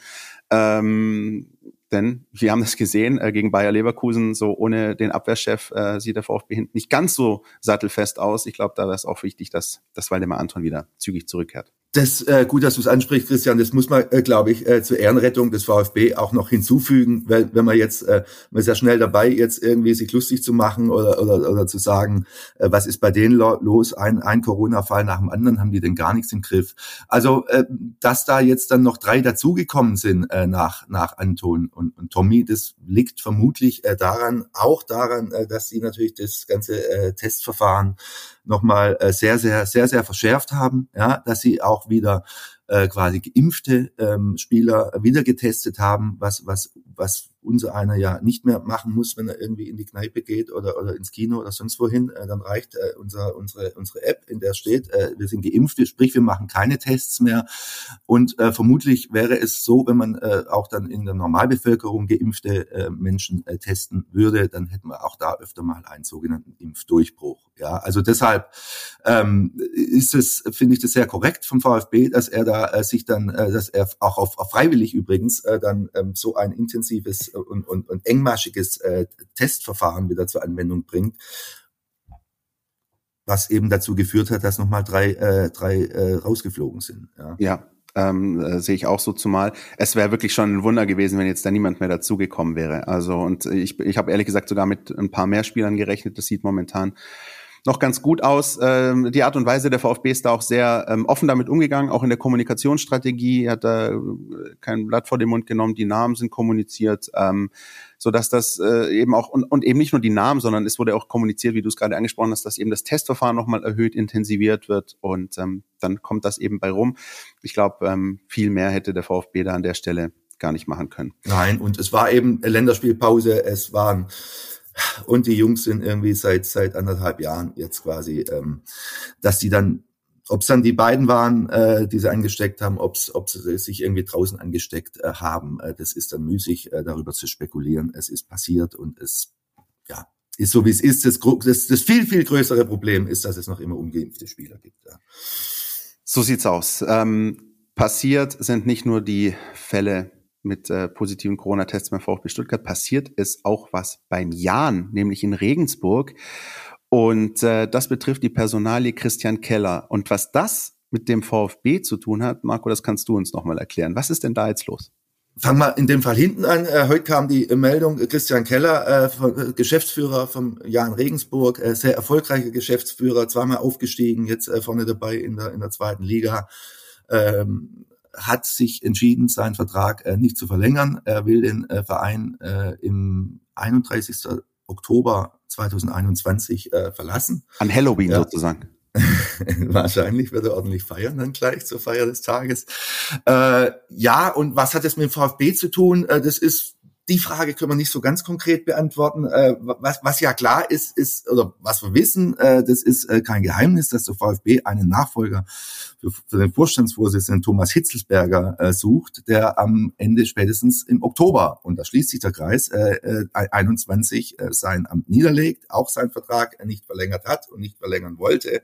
Ähm, denn wir haben das gesehen, äh, gegen Bayer Leverkusen, so ohne den Abwehrchef äh, sieht der VfB hinten nicht ganz so sattelfest aus. Ich glaube, da wäre es auch wichtig, dass, dass Waldemar Anton wieder zügig zurückkehrt. Das äh, gut, dass du es ansprichst, Christian. Das muss man, äh, glaube ich, äh, zur Ehrenrettung des VfB auch noch hinzufügen, weil wenn man jetzt, äh, man ist ja schnell dabei, jetzt irgendwie sich lustig zu machen oder oder oder zu sagen, äh, was ist bei denen lo- los? Ein ein Corona-Fall nach dem anderen, haben die denn gar nichts im Griff? Also, äh, dass da jetzt dann noch drei dazugekommen sind äh, nach nach Anton und, und Tommy, das liegt vermutlich äh, daran, auch daran, äh, dass sie natürlich das ganze äh, Testverfahren nochmal äh, sehr, sehr, sehr, sehr verschärft haben, ja, dass sie auch wieder äh, quasi geimpfte ähm, Spieler wieder getestet haben, was, was, was unser einer ja nicht mehr machen muss, wenn er irgendwie in die Kneipe geht oder oder ins Kino oder sonst wohin, äh, dann reicht äh, unser unsere unsere App, in der steht, äh, wir sind geimpft, sprich wir machen keine Tests mehr. Und äh, vermutlich wäre es so, wenn man äh, auch dann in der Normalbevölkerung geimpfte äh, Menschen äh, testen würde, dann hätten wir auch da öfter mal einen sogenannten Impfdurchbruch. Ja, also deshalb ähm, ist es, finde ich, das sehr korrekt vom VfB, dass er da äh, sich dann, äh, dass er auch auf, auf freiwillig übrigens äh, dann ähm, so ein intensives und, und, und engmaschiges äh, Testverfahren wieder zur Anwendung bringt, was eben dazu geführt hat, dass nochmal drei, äh, drei äh, rausgeflogen sind. Ja. Ja. Ähm, äh, sehe ich auch so, zumal es wäre wirklich schon ein Wunder gewesen, wenn jetzt da niemand mehr dazugekommen wäre. Also und ich ich habe ehrlich gesagt sogar mit ein paar mehr Spielern gerechnet. Das sieht momentan noch ganz gut aus. Ähm, die Art und Weise der VfB ist da auch sehr ähm, offen damit umgegangen, auch in der Kommunikationsstrategie hat da äh, kein Blatt vor den Mund genommen, die Namen sind kommuniziert, ähm, so dass das äh, eben auch und, und eben nicht nur die Namen, sondern es wurde auch kommuniziert, wie du es gerade angesprochen hast, dass eben das Testverfahren nochmal erhöht, intensiviert wird und ähm, dann kommt das eben bei rum. Ich glaube, ähm, viel mehr hätte der VfB da an der Stelle gar nicht machen können. Nein, und es war eben Länderspielpause, es waren und die Jungs sind irgendwie seit seit anderthalb Jahren jetzt quasi, ähm, dass die dann, ob es dann die beiden waren, äh, die sie angesteckt haben, ob ob sie sich irgendwie draußen angesteckt äh, haben, äh, das ist dann müßig, äh, darüber zu spekulieren. Es ist passiert und es ja ist so, wie es ist. Das, das, das viel, viel größere Problem ist, dass es noch immer ungeimpfte Spieler gibt. Ja. So sieht's aus. Ähm, passiert sind nicht nur die Fälle mit äh, positiven Corona-Tests beim VfB Stuttgart, passiert ist auch was beim Jahn, nämlich in Regensburg. Und äh, das betrifft die Personalie Christian Keller. Und was das mit dem VfB zu tun hat. Marco, das kannst du uns nochmal erklären. Was ist denn da jetzt los? Fangen wir in dem Fall hinten an. Äh, heute kam die Meldung, Christian Keller, äh, von, äh, Geschäftsführer vom Jan Regensburg, äh, sehr erfolgreicher Geschäftsführer, zweimal aufgestiegen, jetzt äh, vorne dabei in der in der zweiten Liga, ähm, hat sich entschieden, seinen Vertrag äh, nicht zu verlängern. Er will den äh, Verein äh, im einunddreißigsten Oktober zweitausendeinundzwanzig äh, verlassen. An Halloween ja. sozusagen. Wahrscheinlich wird er ordentlich feiern dann gleich zur Feier des Tages. Äh, ja, und was hat das mit dem VfB zu tun? Äh, das ist die Frage können wir nicht so ganz konkret beantworten. Äh, was, was ja klar ist, ist oder was wir wissen, äh, das ist äh, kein Geheimnis, dass der VfB einen Nachfolger für, für den Vorstandsvorsitzenden Thomas Hitzelsberger äh, sucht, der am Ende spätestens im Oktober, und da schließt sich der Kreis, äh, äh, einundzwanzig äh, sein Amt niederlegt, auch seinen Vertrag äh, nicht verlängert hat und nicht verlängern wollte.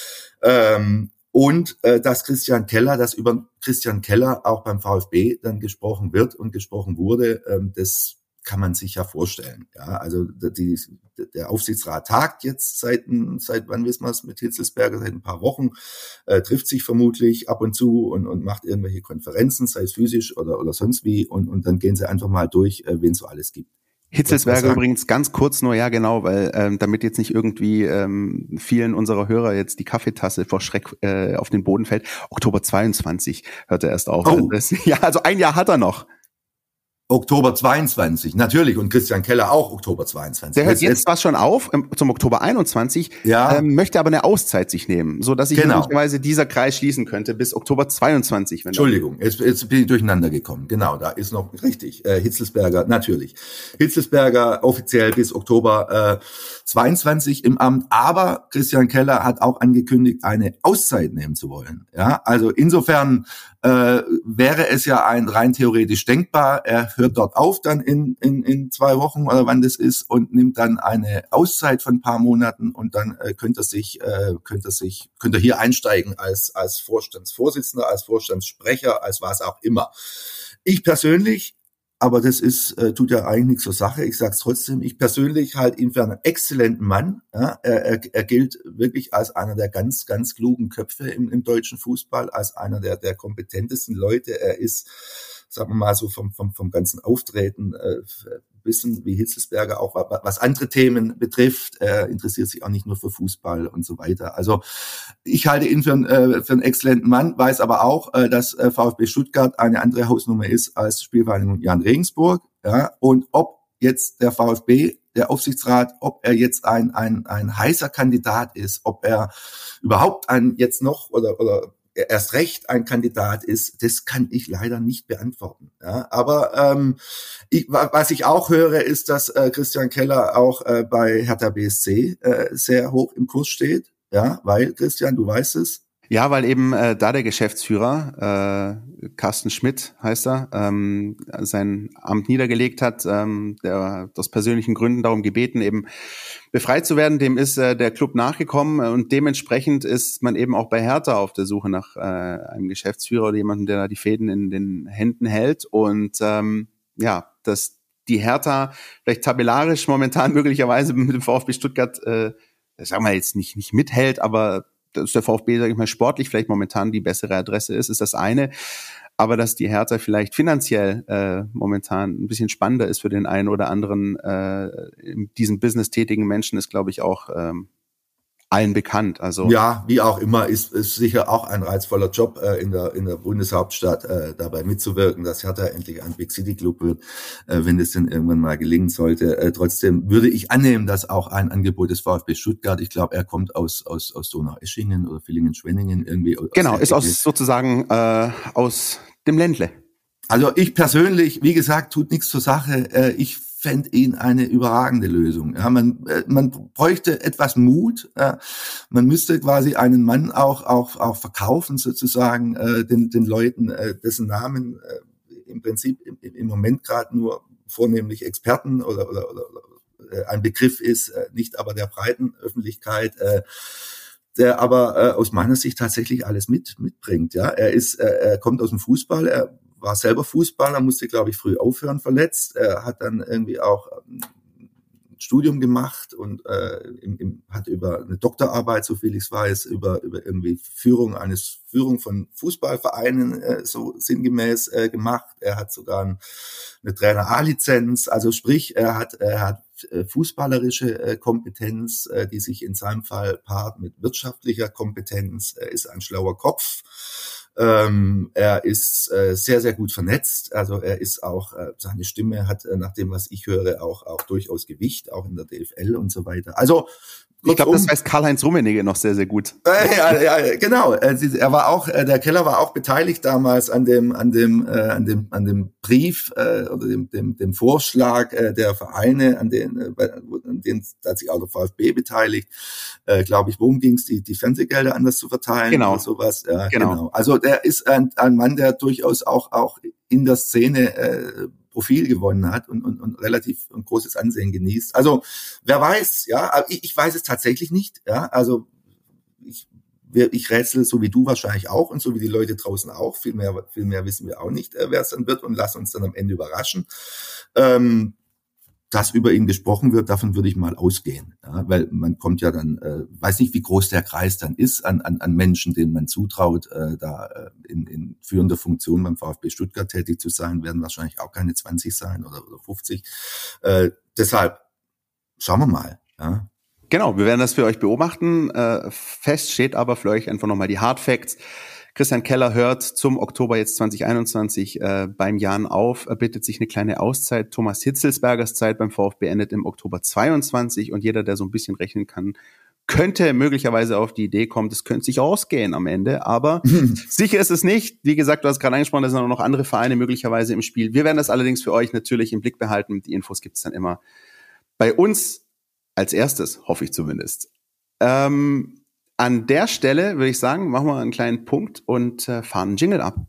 Ähm, Und äh, dass Christian Keller, dass über Christian Keller auch beim VfB dann gesprochen wird und gesprochen wurde, ähm, das kann man sich ja vorstellen. Ja, also die, der Aufsichtsrat tagt jetzt seit, seit wann wissen wir es mit Hitzelsberger, seit ein paar Wochen, äh, trifft sich vermutlich ab und zu und, und macht irgendwelche Konferenzen, sei es physisch oder, oder sonst wie, und, und dann gehen sie einfach mal durch, äh, wen es so alles gibt. Hitzelsberger übrigens ganz kurz nur, ja genau, weil ähm, damit jetzt nicht irgendwie ähm, vielen unserer Hörer jetzt die Kaffeetasse vor Schreck äh, auf den Boden fällt. Oktober zweiundzwanzig hört er erst auf. Oh. Das, ja, also ein Jahr hat er noch. Oktober zweiundzwanzig, natürlich, und Christian Keller auch Oktober zweiundzwanzig. Der hört jetzt zwar schon auf, ähm, zum Oktober einundzwanzig, ja. ähm, möchte aber eine Auszeit sich nehmen, so dass sich genau. möglicherweise dieser Kreis schließen könnte bis Oktober zweiundzwanzig. Wenn Entschuldigung, jetzt, jetzt bin ich durcheinander gekommen. Genau, da ist noch richtig. Äh, Hitzelsberger, natürlich. Hitzelsberger offiziell bis Oktober äh, zweiundzwanzig im Amt, aber Christian Keller hat auch angekündigt, eine Auszeit nehmen zu wollen. Ja, also insofern äh, wäre es ja ein rein theoretisch denkbar. Er hört dort auf dann in, in, in zwei Wochen oder wann das ist und nimmt dann eine Auszeit von ein paar Monaten und dann äh, könnte er sich, äh, könnte er sich, könnte er hier einsteigen als, als Vorstandsvorsitzender, als Vorstandssprecher, als was auch immer. Ich persönlich, aber das ist, äh, tut ja eigentlich nichts zur Sache, ich sag's trotzdem, ich persönlich halte ihn für einen exzellenten Mann. Ja, er, er, er gilt wirklich als einer der ganz, ganz klugen Köpfe im, im deutschen Fußball, als einer der, der kompetentesten Leute. Er ist, sagen wir mal so vom, vom, vom ganzen Auftreten, äh, wissen wie Hitzelsberger auch, was andere Themen betrifft. Er interessiert sich auch nicht nur für Fußball und so weiter. Also ich halte ihn für, einen, äh, für einen exzellenten Mann, weiß aber auch, äh, dass äh, VfB Stuttgart eine andere Hausnummer ist als Spielvereinigung Jan Regensburg. Ja, und ob jetzt der VfB, der Aufsichtsrat, ob er jetzt ein, ein, ein heißer Kandidat ist, ob er überhaupt ein jetzt noch oder, oder erst recht ein Kandidat ist, das kann ich leider nicht beantworten. Ja, aber ähm, ich, was ich auch höre, ist, dass äh, Christian Keller auch äh, bei Hertha B S C äh, sehr hoch im Kurs steht. Ja, weil, Christian, du weißt es. Ja, weil eben äh, da der Geschäftsführer, äh, Carsten Schmidt heißt er, ähm, sein Amt niedergelegt hat, ähm, der aus persönlichen Gründen darum gebeten, eben befreit zu werden. Dem ist äh, der Club nachgekommen und dementsprechend ist man eben auch bei Hertha auf der Suche nach äh, einem Geschäftsführer oder jemandem, der da die Fäden in den Händen hält. Und ähm, ja, dass die Hertha vielleicht tabellarisch momentan möglicherweise mit dem VfB Stuttgart, äh, sagen wir jetzt nicht nicht mithält, aber dass der VfB, sage ich mal, sportlich vielleicht momentan die bessere Adresse ist, ist das eine. Aber dass die Hertha vielleicht finanziell äh, momentan ein bisschen spannender ist für den einen oder anderen äh, in diesem Business tätigen Menschen, ist, glaube ich, auch ähm, allen bekannt. Also ja, wie auch immer, ist, ist sicher auch ein reizvoller Job äh, in der in der Bundeshauptstadt äh, dabei mitzuwirken, dass Hertha endlich ein Big City Club wird, äh, wenn das denn irgendwann mal gelingen sollte. Äh, trotzdem würde ich annehmen, dass auch ein Angebot des VfB Stuttgart, ich glaube, er kommt aus aus aus Donaueschingen oder Villingen-Schwenningen irgendwie. Genau, ist aus sozusagen äh, aus dem Ländle. Also ich persönlich, wie gesagt, tut nichts zur Sache. Äh, ich fände ihn eine überragende Lösung. Ja, man, man bräuchte etwas Mut. Ja, man müsste quasi einen Mann auch, auch, auch verkaufen, sozusagen, äh, den, den Leuten, äh, dessen Namen äh, im Prinzip im, im Moment gerade nur vornehmlich Experten oder, oder, oder, oder äh, ein Begriff ist, äh, nicht aber der breiten Öffentlichkeit, äh, der aber äh, aus meiner Sicht tatsächlich alles mit mitbringt. Ja, er ist, äh, er kommt aus dem Fußball, er war selber Fußballer, musste, glaube ich, früh aufhören, verletzt. Er hat dann irgendwie auch Studium gemacht und äh, im, im, hat über eine Doktorarbeit, so viel ich weiß, über, über irgendwie Führung eines Führung von Fußballvereinen äh, so sinngemäß äh, gemacht. Er hat sogar ein, eine Trainer-A-Lizenz, also sprich, er hat, er hat fußballerische äh, Kompetenz, äh, die sich in seinem Fall paart mit wirtschaftlicher Kompetenz. Er ist ein schlauer Kopf. Ähm, er ist äh, sehr, sehr gut vernetzt. Also er ist auch, äh, seine Stimme hat äh, nach dem, was ich höre, auch, auch durchaus Gewicht, auch in der D F L und so weiter. Also ich glaube, das weiß Karl-Heinz Rummenigge noch sehr, sehr gut. Äh, ja, ja, genau. Er war auch, der Keller war auch beteiligt damals an dem, an dem, äh, an dem, an dem Brief äh, oder dem, dem, dem Vorschlag äh, der Vereine, an den, äh, an den hat sich auch der VfB beteiligt. Äh, Glaube ich, worum ging es, die, die Fernsehgelder anders zu verteilen genau. oder sowas. Ja, genau. genau. Also der ist ein, ein Mann, der durchaus auch, auch in der Szene äh, Profil gewonnen hat und, und, und relativ ein großes Ansehen genießt. Also wer weiß, ja, aber ich, ich weiß es tatsächlich nicht, ja, also ich, ich rätsel so wie du wahrscheinlich auch und so wie die Leute draußen auch, viel mehr, viel mehr wissen wir auch nicht, äh, wer es dann wird und lass uns dann am Ende überraschen. Ähm, dass über ihn gesprochen wird, davon würde ich mal ausgehen, ja, weil man kommt ja dann, äh, weiß nicht, wie groß der Kreis dann ist an, an, an Menschen, denen man zutraut, äh, da äh, in, in führender Funktion beim VfB Stuttgart tätig zu sein, werden wahrscheinlich auch keine zwanzig sein oder, oder fünfzig. Äh, deshalb schauen wir mal. Ja. Genau, wir werden das für euch beobachten. Äh, fest steht aber für euch einfach nochmal die Hard Facts. Christian Keller hört zum Oktober jetzt zwanzig einundzwanzig äh, beim Jan auf, er bittet sich eine kleine Auszeit. Thomas Hitzelsbergers Zeit beim VfB endet im Oktober zweiundzwanzig und jeder, der so ein bisschen rechnen kann, könnte möglicherweise auf die Idee kommen, das könnte sich ausgehen am Ende, aber sicher ist es nicht. Wie gesagt, du hast gerade angesprochen, da sind auch noch andere Vereine möglicherweise im Spiel. Wir werden das allerdings für euch natürlich im Blick behalten. Die Infos gibt's dann immer bei uns als erstes, hoffe ich zumindest. Ähm, An der Stelle würde ich sagen, machen wir einen kleinen Punkt und äh, fahren einen Jingle ab.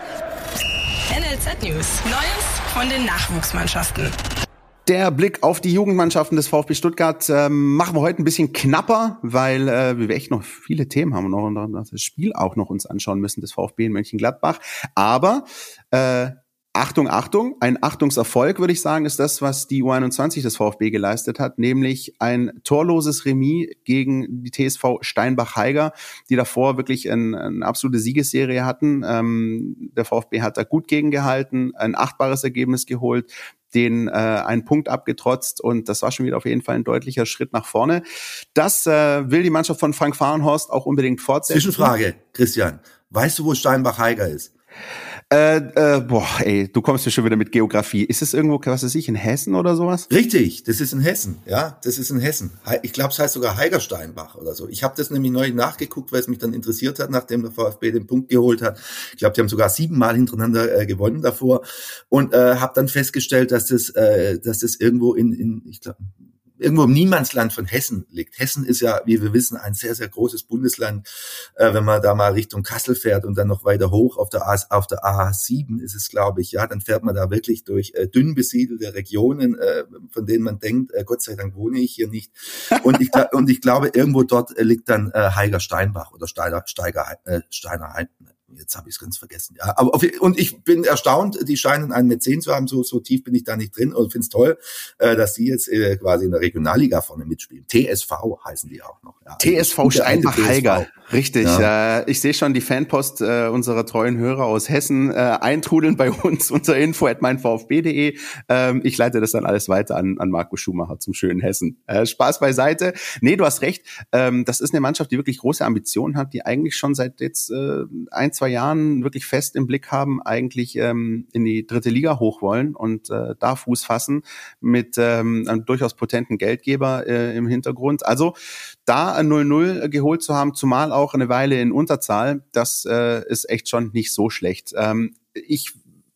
N L Z News. Neues von den Nachwuchsmannschaften. Der Blick auf die Jugendmannschaften des VfB Stuttgart äh, machen wir heute ein bisschen knapper, weil äh, wir echt noch viele Themen haben und noch das Spiel auch noch uns anschauen müssen des VfB in Mönchengladbach. Aber äh, Achtung, Achtung, ein Achtungserfolg, würde ich sagen, ist das, was die U einundzwanzig des VfB geleistet hat, nämlich ein torloses Remis gegen die T S V Steinbach-Heiger, die davor wirklich ein, eine absolute Siegesserie hatten. Ähm, der VfB hat da gut gegengehalten, ein achtbares Ergebnis geholt, den äh, einen Punkt abgetrotzt und das war schon wieder auf jeden Fall ein deutlicher Schritt nach vorne. Das äh, will die Mannschaft von Frank Fahrenhorst auch unbedingt fortsetzen. Zwischenfrage, Christian, weißt du, wo Steinbach-Heiger ist? Äh, äh, boah, ey, du kommst ja schon wieder mit Geografie. Ist es irgendwo, was weiß ich, in Hessen oder sowas? Richtig, das ist in Hessen, ja, das ist in Hessen. Ich glaube, es heißt sogar Heigersteinbach oder so. Ich habe das nämlich neu nachgeguckt, weil es mich dann interessiert hat, nachdem der VfB den Punkt geholt hat. Ich glaube, die haben sogar siebenmal hintereinander äh, gewonnen davor und äh, habe dann festgestellt, dass das, äh, dass das irgendwo in, in ich glaube, irgendwo im Niemandsland von Hessen liegt. Hessen ist ja, wie wir wissen, ein sehr, sehr großes Bundesland. Äh, wenn man da mal Richtung Kassel fährt und dann noch weiter hoch auf der A, auf der A sieben ist es, glaube ich, ja, dann fährt man da wirklich durch äh, dünn besiedelte Regionen, äh, von denen man denkt, äh, Gott sei Dank wohne ich hier nicht. Und ich, und ich glaube, irgendwo dort äh, liegt dann äh, Heiger Steinbach oder Steiger, Steiger, äh, Steiner Heim. Jetzt habe ich es ganz vergessen. Ja, aber auf, und ich bin erstaunt, die scheinen einen Mäzen zu haben, so so tief bin ich da nicht drin und finde es toll, äh, dass die jetzt äh, quasi in der Regionalliga vorne mitspielen. T S V heißen die auch noch. Ja, T S V Steinbach-Heiger, richtig. Ja. Äh, ich sehe schon die Fanpost äh, unserer treuen Hörer aus Hessen äh, eintrudeln bei uns unter info at mein v f b punkt d e. Ähm, ich leite das dann alles weiter an an Marco Schumacher zum schönen Hessen. Äh, Spaß beiseite. Nee, du hast recht. Ähm, das ist eine Mannschaft, die wirklich große Ambitionen hat, die eigentlich schon seit jetzt äh, ein, zwei Jahren wirklich fest im Blick haben, eigentlich ähm, in die dritte Liga hoch wollen und äh, da Fuß fassen mit ähm, einem durchaus potenten Geldgeber äh, im Hintergrund. Also da ein null null geholt zu haben, zumal auch eine Weile in Unterzahl, das äh, ist echt schon nicht so schlecht. Ähm, ich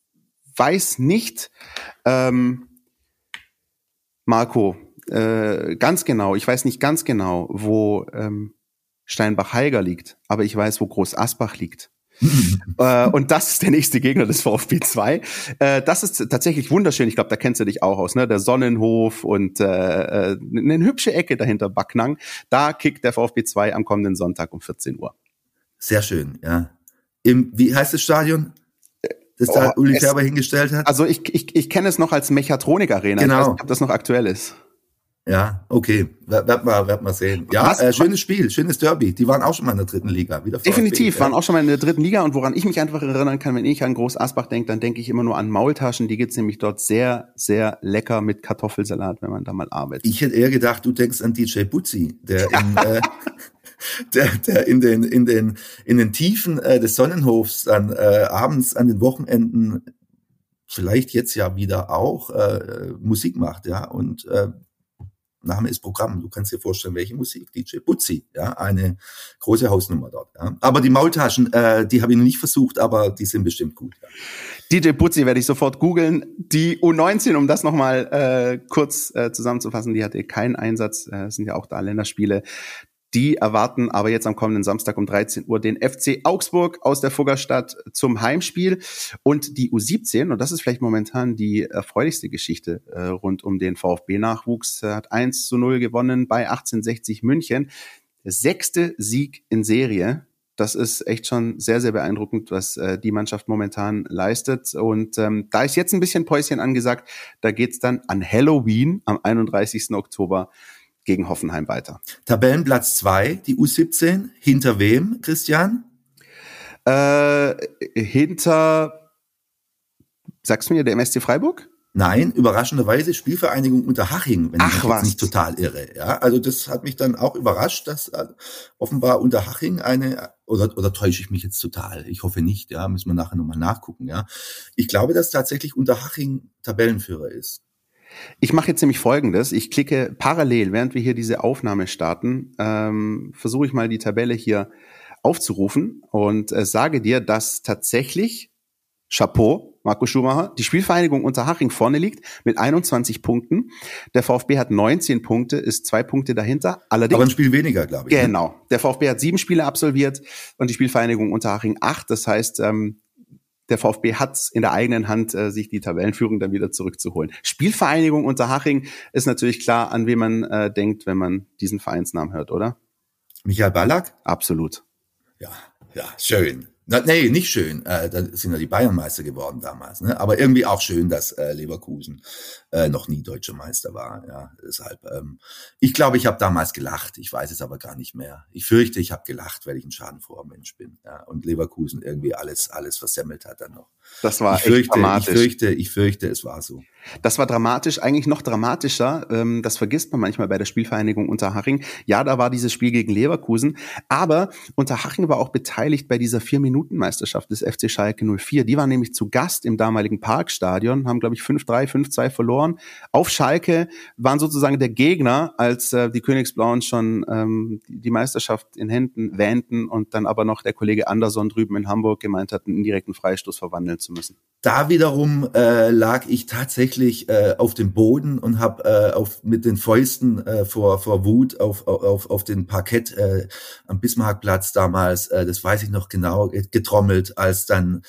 weiß nicht, ähm, Marco, äh, ganz genau, ich weiß nicht ganz genau, wo ähm, Steinbach-Heiger liegt, aber ich weiß, wo Groß Asbach liegt. äh, und das ist der nächste Gegner des VfB zwei. Äh, das ist tatsächlich wunderschön. Ich glaube, da kennst du dich auch aus, ne? Der Sonnenhof und äh, äh, eine hübsche Ecke dahinter Backnang. Da kickt der VfB zwei am kommenden Sonntag um vierzehn Uhr. Sehr schön, ja. Im, wie heißt das Stadion, das oh, da Uli es, Färber hingestellt hat? Also ich, ich, ich kenne es noch als Mechatronik Arena. Genau. Ich weiß nicht, ob das noch aktuell ist. Ja, okay, werden wir, werden wir sehen. Ja, äh, schönes Spiel, schönes Derby. Die waren auch schon mal in der dritten Liga. Wieder Definitiv, VfB, waren ja. auch schon mal in der dritten Liga. Und woran ich mich einfach erinnern kann, wenn ich an Groß Asbach denke, dann denke ich immer nur an Maultaschen. Die gibt's nämlich dort sehr, sehr lecker mit Kartoffelsalat, wenn man da mal arbeitet. Ich hätte eher gedacht, du denkst an D J Butzi, der in, äh, der, der in den in den in den Tiefen äh, des Sonnenhofs dann äh, abends an den Wochenenden, vielleicht jetzt ja wieder auch, äh, Musik macht, ja, und äh, Name ist Programm. Du kannst dir vorstellen, welche Musik. D J Butzi, ja, eine große Hausnummer dort. Ja. Aber die Maultaschen, äh, die habe ich noch nicht versucht, aber die sind bestimmt gut. Ja. D J Butzi werde ich sofort googeln. Die U neunzehn, um das nochmal äh, kurz äh, zusammenzufassen, die hatte keinen Einsatz. Es äh, sind ja auch da Länderspiele. Die erwarten aber jetzt am kommenden Samstag um dreizehn Uhr den F C Augsburg aus der Fuggerstadt zum Heimspiel. Und die U siebzehn, und das ist vielleicht momentan die erfreulichste Geschichte äh, rund um den VfB-Nachwuchs, äh, hat eins zu null gewonnen bei achtzehnhundertsechzig München. Der sechste Sieg in Serie. Das ist echt schon sehr, sehr beeindruckend, was äh, die Mannschaft momentan leistet. Und ähm, da ist jetzt ein bisschen Päuschen angesagt. Da geht's dann an Halloween am einunddreißigsten Oktober gegen Hoffenheim weiter. Tabellenplatz zwei, die U siebzehn. Hinter wem, Christian? Äh, hinter, sagst du mir, der M S C Freiburg? Nein, überraschenderweise Spielvereinigung Unterhaching, wenn Ach, ich mich was. jetzt nicht total irre. Ja, also das hat mich dann auch überrascht, dass äh, offenbar Unterhaching eine, oder, oder täusche ich mich jetzt total? Ich hoffe nicht, ja, müssen wir nachher nochmal nachgucken, ja. Ich glaube, dass tatsächlich Unterhaching Tabellenführer ist. Ich mache jetzt nämlich Folgendes. Ich klicke parallel, während wir hier diese Aufnahme starten, ähm, versuche ich mal die Tabelle hier aufzurufen und äh, sage dir, dass tatsächlich, Chapeau, Marco Schumacher, die Spielvereinigung Unterhaching vorne liegt mit einundzwanzig Punkten. Der VfB hat neunzehn Punkte, ist zwei Punkte dahinter. Allerdings, aber ein Spiel weniger, glaube ich. Genau. Ne? Der VfB hat sieben Spiele absolviert und die Spielvereinigung Unterhaching acht. Das heißt, ähm, der VfB hat es in der eigenen Hand, äh, sich die Tabellenführung dann wieder zurückzuholen. Spielvereinigung Unterhaching ist natürlich klar, an wen man äh, denkt, wenn man diesen Vereinsnamen hört, oder? Michael Ballack? Absolut. Ja, ja, schön. Na, nee, nicht schön. Äh, da sind ja die Bayernmeister geworden damals. Ne? Aber irgendwie auch schön, dass äh, Leverkusen äh, noch nie deutscher Meister war. Ja, deshalb. Ähm, ich glaube, ich habe damals gelacht. Ich weiß es aber gar nicht mehr. Ich fürchte, ich habe gelacht, weil ich ein schadenfroher Mensch bin. Ja, und Leverkusen irgendwie alles, alles versemmelt hat dann noch. Das war ich fürchte, echt dramatisch. Ich fürchte, ich fürchte, es war so. Das war dramatisch, eigentlich noch dramatischer. Ähm, das vergisst man manchmal bei der Spielvereinigung Unterhaching. Ja, da war dieses Spiel gegen Leverkusen. Aber Unterhaching war auch beteiligt bei dieser Vier-Minuten-Meisterschaft des F C Schalke null vier. Die waren nämlich zu Gast im damaligen Parkstadion, haben, glaube ich, fünf drei, fünf zwei verloren. Auf Schalke waren sozusagen der Gegner, als äh, die Königsblauen schon ähm, die Meisterschaft in Händen wähnten und dann aber noch der Kollege Anderson drüben in Hamburg gemeint hat, einen indirekten Freistoß verwandeln zu müssen. Da wiederum äh, lag ich tatsächlich äh, auf dem Boden und habe äh, auf mit den Fäusten äh, vor vor Wut auf auf auf den Parkett äh, am Bismarckplatz damals, äh, das weiß ich noch genau, getrommelt, als dann,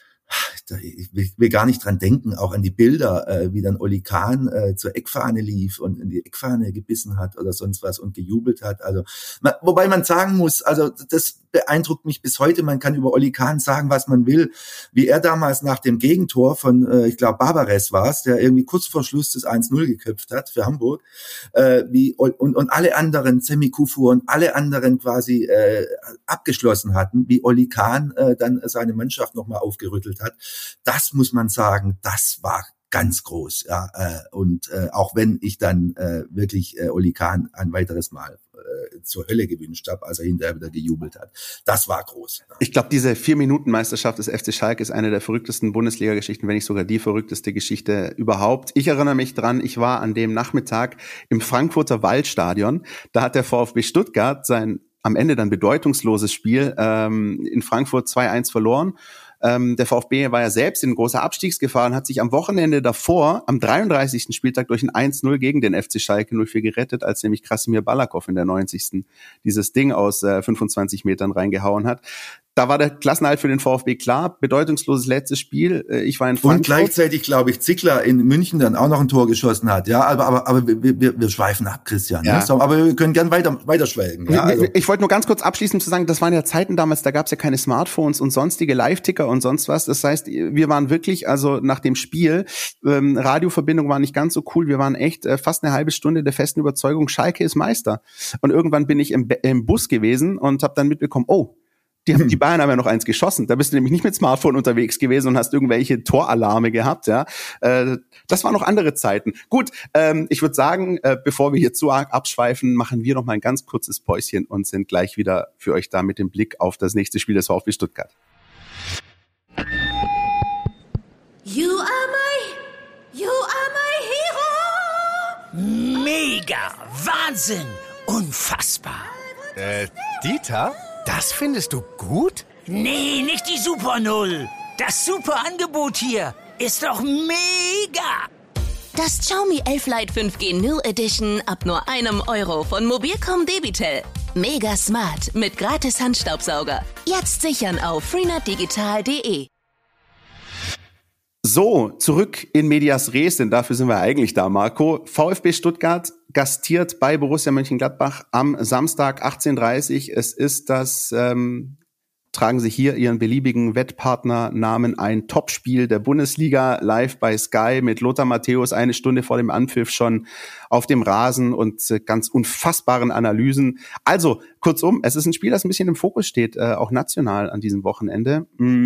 ich will, will gar nicht dran denken, auch an die Bilder, äh, wie dann Oli Kahn äh, zur Eckfahne lief und in die Eckfahne gebissen hat oder sonst was und gejubelt hat. Also, man, wobei man sagen muss, also das beeindruckt mich bis heute. Man kann über Oli Kahn sagen, was man will. Wie er damals nach dem Gegentor von, äh, ich glaube, Barbares war es, der irgendwie kurz vor Schluss das eins null geköpft hat für Hamburg, äh, wie und, und alle anderen, Semi Kufur und alle anderen quasi äh, abgeschlossen hatten, wie Oli Kahn äh, dann seine Mannschaft nochmal aufgerüttelt hat. Das muss man sagen, das war ganz groß. Ja, äh, und äh, auch wenn ich dann äh, wirklich äh, Oli Kahn ein weiteres Mal äh, zur Hölle gewünscht habe, als er hinterher wieder gejubelt hat. Das war groß. Ja. Ich glaube, diese Vier-Minuten-Meisterschaft des F C Schalke ist eine der verrücktesten Bundesliga-Geschichten, wenn nicht sogar die verrückteste Geschichte überhaupt. Ich erinnere mich dran, ich war an dem Nachmittag im Frankfurter Waldstadion. Da hat der VfB Stuttgart sein am Ende dann bedeutungsloses Spiel ähm, in Frankfurt zwei eins verloren. Ähm, der VfB war ja selbst in großer Abstiegsgefahr und hat sich am Wochenende davor, am dreiunddreißigsten Spieltag, durch ein eins null gegen den F C Schalke null vier gerettet, als nämlich Krasimir Balakow in der neunzigsten dieses Ding aus äh, fünfundzwanzig Metern reingehauen hat. Da war der Klassenerhalt für den VfB klar, bedeutungsloses letztes Spiel. Ich war in Frankfurt. Und gleichzeitig, glaube ich, Zickler in München dann auch noch ein Tor geschossen hat. Ja, aber aber aber wir, wir, wir schweifen ab, Christian. Ja. Ja? Aber wir können gern weiter weiterschwelgen. Ja, also. Ich wollte nur ganz kurz abschließend zu sagen, das waren ja Zeiten damals, da gab es ja keine Smartphones und sonstige Live-Ticker und sonst was. Das heißt, wir waren wirklich, also nach dem Spiel, ähm, Radioverbindung war nicht ganz so cool. Wir waren echt äh, fast eine halbe Stunde der festen Überzeugung, Schalke ist Meister. Und irgendwann bin ich im, im Bus gewesen und habe dann mitbekommen, oh, Die, haben, die Bayern haben ja noch eins geschossen. Da bist du nämlich nicht mit Smartphone unterwegs gewesen und hast irgendwelche Toralarme gehabt. Ja, äh, das waren noch andere Zeiten. Gut, ähm, ich würde sagen, äh, bevor wir hier zu arg abschweifen, machen wir noch mal ein ganz kurzes Päuschen und sind gleich wieder für euch da mit dem Blick auf das nächste Spiel des VfB Stuttgart. You are my, you are my hero. Mega, Wahnsinn, unfassbar. Äh, Dieter? Das findest du gut? Nee, nicht die Super Null. Das super Angebot hier ist doch mega. Das Xiaomi elf Lite fünf G New Edition ab nur einem Euro von Mobilcom Debitel. Mega smart mit gratis Handstaubsauger. Jetzt sichern auf freenet digital punkt de. So, zurück in Medias Res, denn dafür sind wir eigentlich da, Marco. VfB Stuttgart gastiert bei Borussia Mönchengladbach am Samstag achtzehn Uhr dreißig. Es ist das, ähm, tragen Sie hier Ihren beliebigen Wettpartnernamen ein, Topspiel der Bundesliga, live bei Sky mit Lothar Matthäus eine Stunde vor dem Anpfiff schon auf dem Rasen und äh, ganz unfassbaren Analysen. Also, kurzum, es ist ein Spiel, das ein bisschen im Fokus steht, äh, auch national an diesem Wochenende.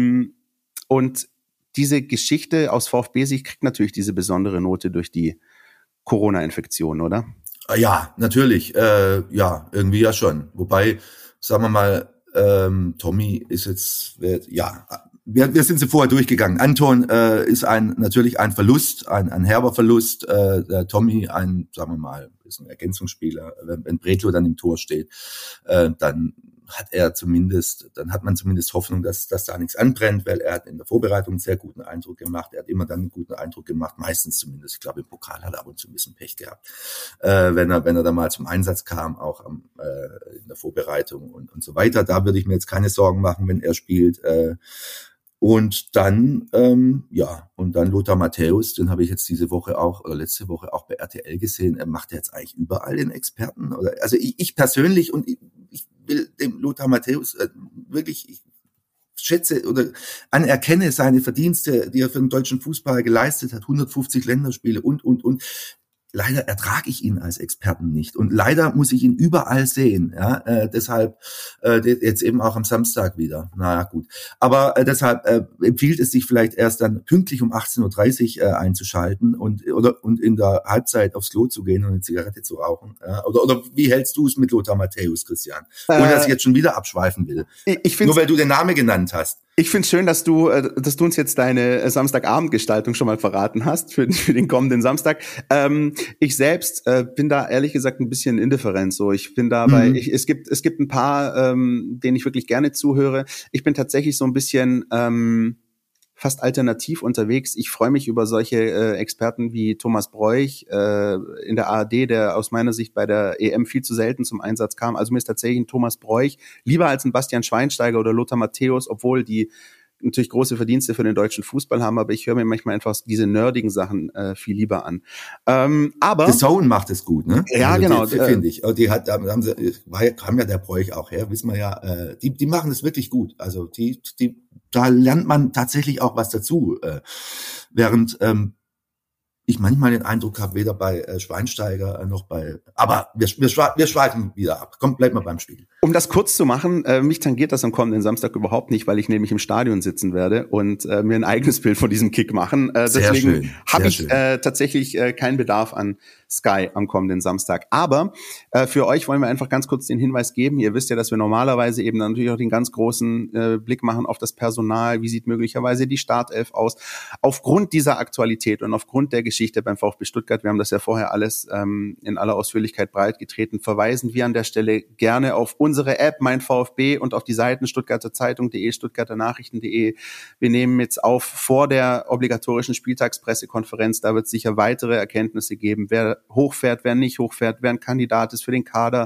Und diese Geschichte aus VfB-Sicht kriegt natürlich diese besondere Note durch die Corona-Infektion, oder? Ja, natürlich. Äh, ja, irgendwie ja schon. Wobei, sagen wir mal, ähm, Tommy ist jetzt, ja, wir, wir sind sie vorher durchgegangen. Anton äh, ist ein natürlich ein Verlust, ein, ein herber Verlust. Äh, der Tommy ein, sagen wir mal, ist ein Ergänzungsspieler. Wenn, wenn Bredlo dann im Tor steht, äh, dann hat er zumindest, dann hat man zumindest Hoffnung, dass, dass da nichts anbrennt, weil er hat in der Vorbereitung einen sehr guten Eindruck gemacht. Er hat immer dann einen guten Eindruck gemacht, meistens zumindest. Ich glaube, im Pokal hat er ab und zu ein bisschen Pech gehabt, äh, wenn er, wenn er da mal zum Einsatz kam, auch am, äh, in der Vorbereitung und, und so weiter. Da würde ich mir jetzt keine Sorgen machen, wenn er spielt. Äh, Und dann, ähm, ja, und dann Lothar Matthäus, den habe ich jetzt diese Woche auch, oder letzte Woche auch bei R T L gesehen. Er macht jetzt eigentlich überall den Experten. Oder, also ich, ich persönlich, und ich, ich will dem Lothar Matthäus äh, wirklich, ich schätze oder anerkenne seine Verdienste, die er für den deutschen Fußball geleistet hat, hundertfünfzig Länderspiele und, und, und. Leider ertrage ich ihn als Experten nicht und leider muss ich ihn überall sehen. Ja, äh, deshalb äh, jetzt eben auch am Samstag wieder. Naja, gut. Aber äh, deshalb äh, empfiehlt es sich vielleicht erst dann pünktlich um achtzehn Uhr dreißig äh, einzuschalten und oder und in der Halbzeit aufs Klo zu gehen und eine Zigarette zu rauchen. Ja, oder oder wie hältst du es mit Lothar Matthäus, Christian? Ohne äh, dass ich jetzt schon wieder abschweifen will. Ich, ich Nur weil du den Namen genannt hast. Ich finde es schön, dass du, dass du uns jetzt deine Samstagabendgestaltung schon mal verraten hast für, für den kommenden Samstag. Ähm, ich selbst äh, bin da ehrlich gesagt ein bisschen indifferent. So, ich bin da bei, mhm. ich, es gibt es gibt ein paar, ähm, denen ich wirklich gerne zuhöre. Ich bin tatsächlich so ein bisschen ähm, fast alternativ unterwegs. Ich freue mich über solche äh, Experten wie Thomas Bräuch äh, in der A R D, der aus meiner Sicht bei der E M viel zu selten zum Einsatz kam. Also mir ist tatsächlich ein Thomas Bräuch lieber als ein Bastian Schweinsteiger oder Lothar Matthäus, obwohl die natürlich große Verdienste für den deutschen Fußball haben, aber ich höre mir manchmal einfach diese nerdigen Sachen äh, viel lieber an. Ähm, aber The Zone macht es gut, ne? Ja, also genau. Die, finde ich. Die hat, da haben sie, war ja, kam ja der Bräuch auch her, wissen wir ja. Äh, die, die machen es wirklich gut. Also die, die, da lernt man tatsächlich auch was dazu. Äh, während ähm, ich manchmal den Eindruck habe, weder bei äh, Schweinsteiger äh, noch bei, aber wir, wir, wir schweifen wieder ab. Komm, bleib mal beim Spiel. Um das kurz zu machen, äh, mich tangiert das am kommenden Samstag überhaupt nicht, weil ich nämlich im Stadion sitzen werde und äh, mir ein eigenes Bild von diesem Kick machen. Äh, deswegen habe ich äh, tatsächlich äh, keinen Bedarf an Sky am kommenden Samstag. Aber äh, für euch wollen wir einfach ganz kurz den Hinweis geben. Ihr wisst ja, dass wir normalerweise eben natürlich auch den ganz großen äh, Blick machen auf das Personal. Wie sieht möglicherweise die Startelf aus? Aufgrund dieser Aktualität und aufgrund der Geschichte beim VfB Stuttgart, wir haben das ja vorher alles ähm, in aller Ausführlichkeit breitgetreten, verweisen wir an der Stelle gerne auf unsere App, mein VfB, und auf die Seiten stuttgarter zeitung punkt de, stuttgarter nachrichten punkt de. Wir nehmen jetzt auf vor der obligatorischen Spieltagspressekonferenz. Da wird es sicher weitere Erkenntnisse geben, wer hochfährt, wer nicht hochfährt, wer ein Kandidat ist für den Kader,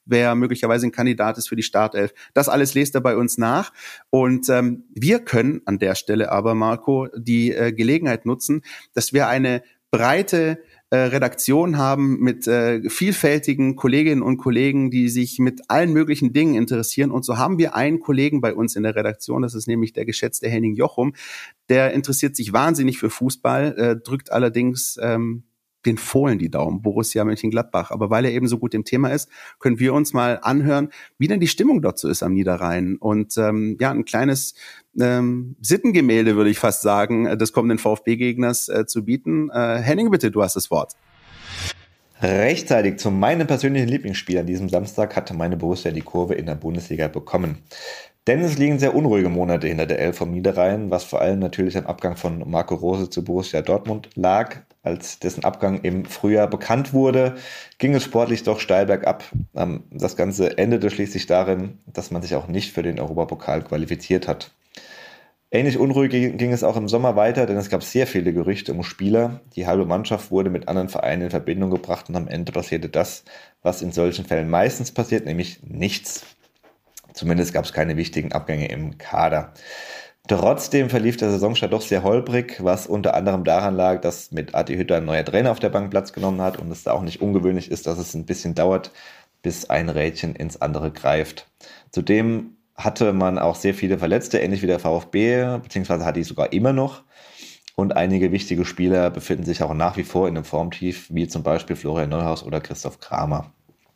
wer möglicherweise ein Kandidat ist für die Startelf. Das alles lest er bei uns nach. Und ähm, wir können an der Stelle aber, Marco, die äh, Gelegenheit nutzen, dass wir eine breite äh, Redaktion haben mit äh, vielfältigen Kolleginnen und Kollegen, die sich mit allen möglichen Dingen interessieren. Und so haben wir einen Kollegen bei uns in der Redaktion, das ist nämlich der geschätzte Henning Jochum, der interessiert sich wahnsinnig für Fußball, äh, drückt allerdings ähm, den Fohlen die Daumen, Borussia Mönchengladbach. Aber weil er eben so gut im Thema ist, können wir uns mal anhören, wie denn die Stimmung dort so ist am Niederrhein. Und ähm, ja, ein kleines ähm, Sittengemälde, würde ich fast sagen, des kommenden VfB-Gegners äh, zu bieten. Äh, Henning, bitte, du hast das Wort. Rechtzeitig zu meinem persönlichen Lieblingsspiel an diesem Samstag hatte meine Borussia die Kurve in der Bundesliga bekommen. Denn es liegen sehr unruhige Monate hinter der Elf vom Niederrhein, was vor allem natürlich am Abgang von Marco Rose zu Borussia Dortmund lag. Als dessen Abgang im Frühjahr bekannt wurde, ging es sportlich doch steil bergab. Das Ganze endete schließlich darin, dass man sich auch nicht für den Europapokal qualifiziert hat. Ähnlich unruhig ging es auch im Sommer weiter, denn es gab sehr viele Gerüchte um Spieler. Die halbe Mannschaft wurde mit anderen Vereinen in Verbindung gebracht und am Ende passierte das, was in solchen Fällen meistens passiert, nämlich nichts. Zumindest gab es keine wichtigen Abgänge im Kader. Trotzdem verlief der Saisonstart doch sehr holprig, was unter anderem daran lag, dass mit Adi Hütter ein neuer Trainer auf der Bank Platz genommen hat und es da auch nicht ungewöhnlich ist, dass es ein bisschen dauert, bis ein Rädchen ins andere greift. Zudem hatte man auch sehr viele Verletzte, ähnlich wie der VfB, beziehungsweise hat die sogar immer noch. Und einige wichtige Spieler befinden sich auch nach wie vor in einem Formtief, wie zum Beispiel Florian Neuhaus oder Christoph Kramer.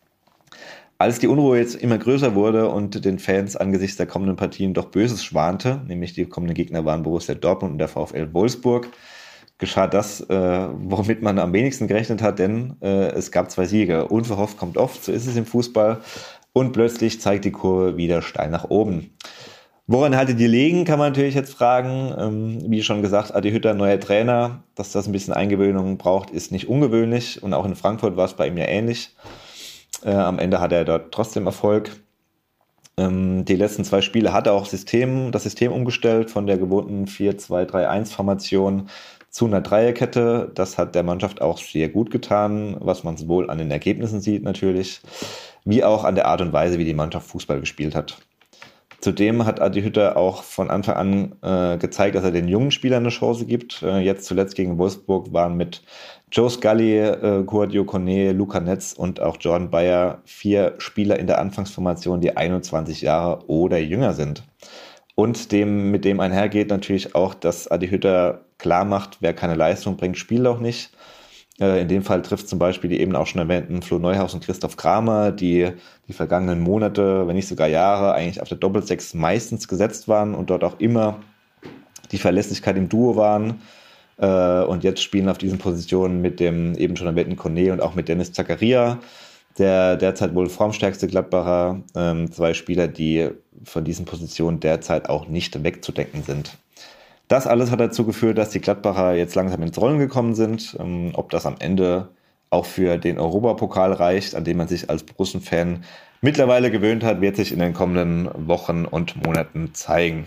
Als die Unruhe jetzt immer größer wurde und den Fans angesichts der kommenden Partien doch Böses schwante, nämlich die kommenden Gegner waren Borussia Dortmund und der VfL Wolfsburg, geschah das, äh, womit man am wenigsten gerechnet hat, denn äh, es gab zwei Siege. Unverhofft kommt oft, so ist es im Fußball. Und plötzlich zeigt die Kurve wieder steil nach oben. Woran hatte die liegen, kann man natürlich jetzt fragen. Ähm, wie schon gesagt, Adi Hütter, neuer Trainer. Dass das ein bisschen Eingewöhnung braucht, ist nicht ungewöhnlich. Und auch in Frankfurt war es bei ihm ja ähnlich. Äh, am Ende hatte er dort trotzdem Erfolg. Ähm, die letzten zwei Spiele hat er auch System, das System umgestellt von der gewohnten vier zwei drei eins Formation zu einer Dreierkette. Das hat der Mannschaft auch sehr gut getan, was man sowohl an den Ergebnissen sieht natürlich, wie auch an der Art und Weise, wie die Mannschaft Fußball gespielt hat. Zudem hat Adi Hütter auch von Anfang an äh, gezeigt, dass er den jungen Spielern eine Chance gibt. Äh, jetzt zuletzt gegen Wolfsburg waren mit Joe Scully, äh, Kouadio Kone, Luca Netz und auch Jordan Bayer vier Spieler in der Anfangsformation, die einundzwanzig Jahre oder jünger sind. Und dem, mit dem einhergeht natürlich auch, dass Adi Hütter klar macht, wer keine Leistung bringt, spielt auch nicht. In dem Fall trifft zum Beispiel die eben auch schon erwähnten Flo Neuhaus und Christoph Kramer, die die vergangenen Monate, wenn nicht sogar Jahre, eigentlich auf der Doppelsechs meistens gesetzt waren und dort auch immer die Verlässlichkeit im Duo waren. Und jetzt spielen auf diesen Positionen mit dem eben schon erwähnten Kone und auch mit Dennis Zakaria, der derzeit wohl formstärkste Gladbacher, zwei Spieler, die von diesen Positionen derzeit auch nicht wegzudenken sind. Das alles hat dazu geführt, dass die Gladbacher jetzt langsam ins Rollen gekommen sind. Ähm, ob das am Ende auch für den Europapokal reicht, an dem man sich als Borussen-Fan mittlerweile gewöhnt hat, wird sich in den kommenden Wochen und Monaten zeigen.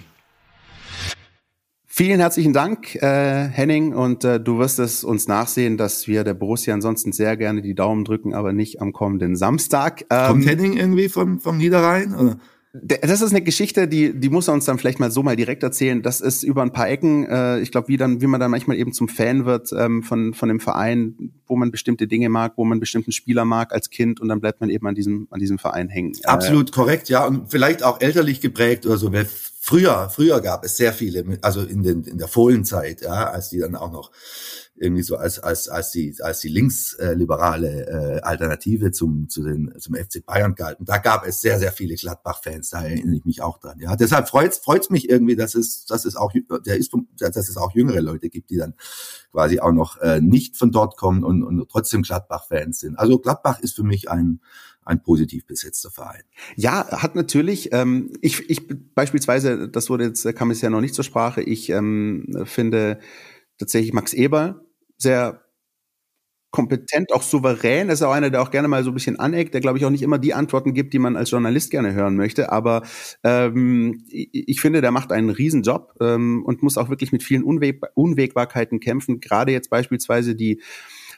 Vielen herzlichen Dank, äh, Henning, und äh, du wirst es uns nachsehen, dass wir der Borussia ansonsten sehr gerne die Daumen drücken, aber nicht am kommenden Samstag. Ähm, Kommt Henning irgendwie vom, vom Niederrhein? Oder? Das ist eine Geschichte, die die muss er uns dann vielleicht mal so mal direkt erzählen. Das ist über ein paar Ecken. Äh, ich glaube, wie dann, wie man dann manchmal eben zum Fan wird ähm, von von dem Verein, wo man bestimmte Dinge mag, wo man bestimmten Spieler mag als Kind, und dann bleibt man eben an diesem an diesem Verein hängen. Absolut äh, korrekt, ja, und vielleicht auch elterlich geprägt oder so. Weil früher früher gab es sehr viele, also in den in der Fohlenzeit, ja, als die dann auch noch irgendwie so als als als die als die linksliberale äh, Alternative zum zu den zum F C Bayern galten. Da gab es sehr sehr viele Gladbach-Fans, da erinnere ich mich auch dran. Ja, deshalb freut's freut's mich irgendwie, dass es dass es auch der ist dass es auch jüngere Leute gibt, die dann quasi auch noch äh, nicht von dort kommen und und trotzdem Gladbach-Fans sind. Also Gladbach ist für mich ein ein positiv besetzter Verein. Ja, hat natürlich, ähm, ich ich beispielsweise, das wurde jetzt kam es ja noch nicht zur Sprache, ich ähm, finde tatsächlich Max Eberl sehr kompetent, auch souverän. Er ist auch einer, der auch gerne mal so ein bisschen aneckt, der, glaube ich, auch nicht immer die Antworten gibt, die man als Journalist gerne hören möchte. Aber ähm, ich, ich finde, der macht einen Riesenjob ähm, und muss auch wirklich mit vielen Unwäg- Unwägbarkeiten kämpfen. Gerade jetzt beispielsweise die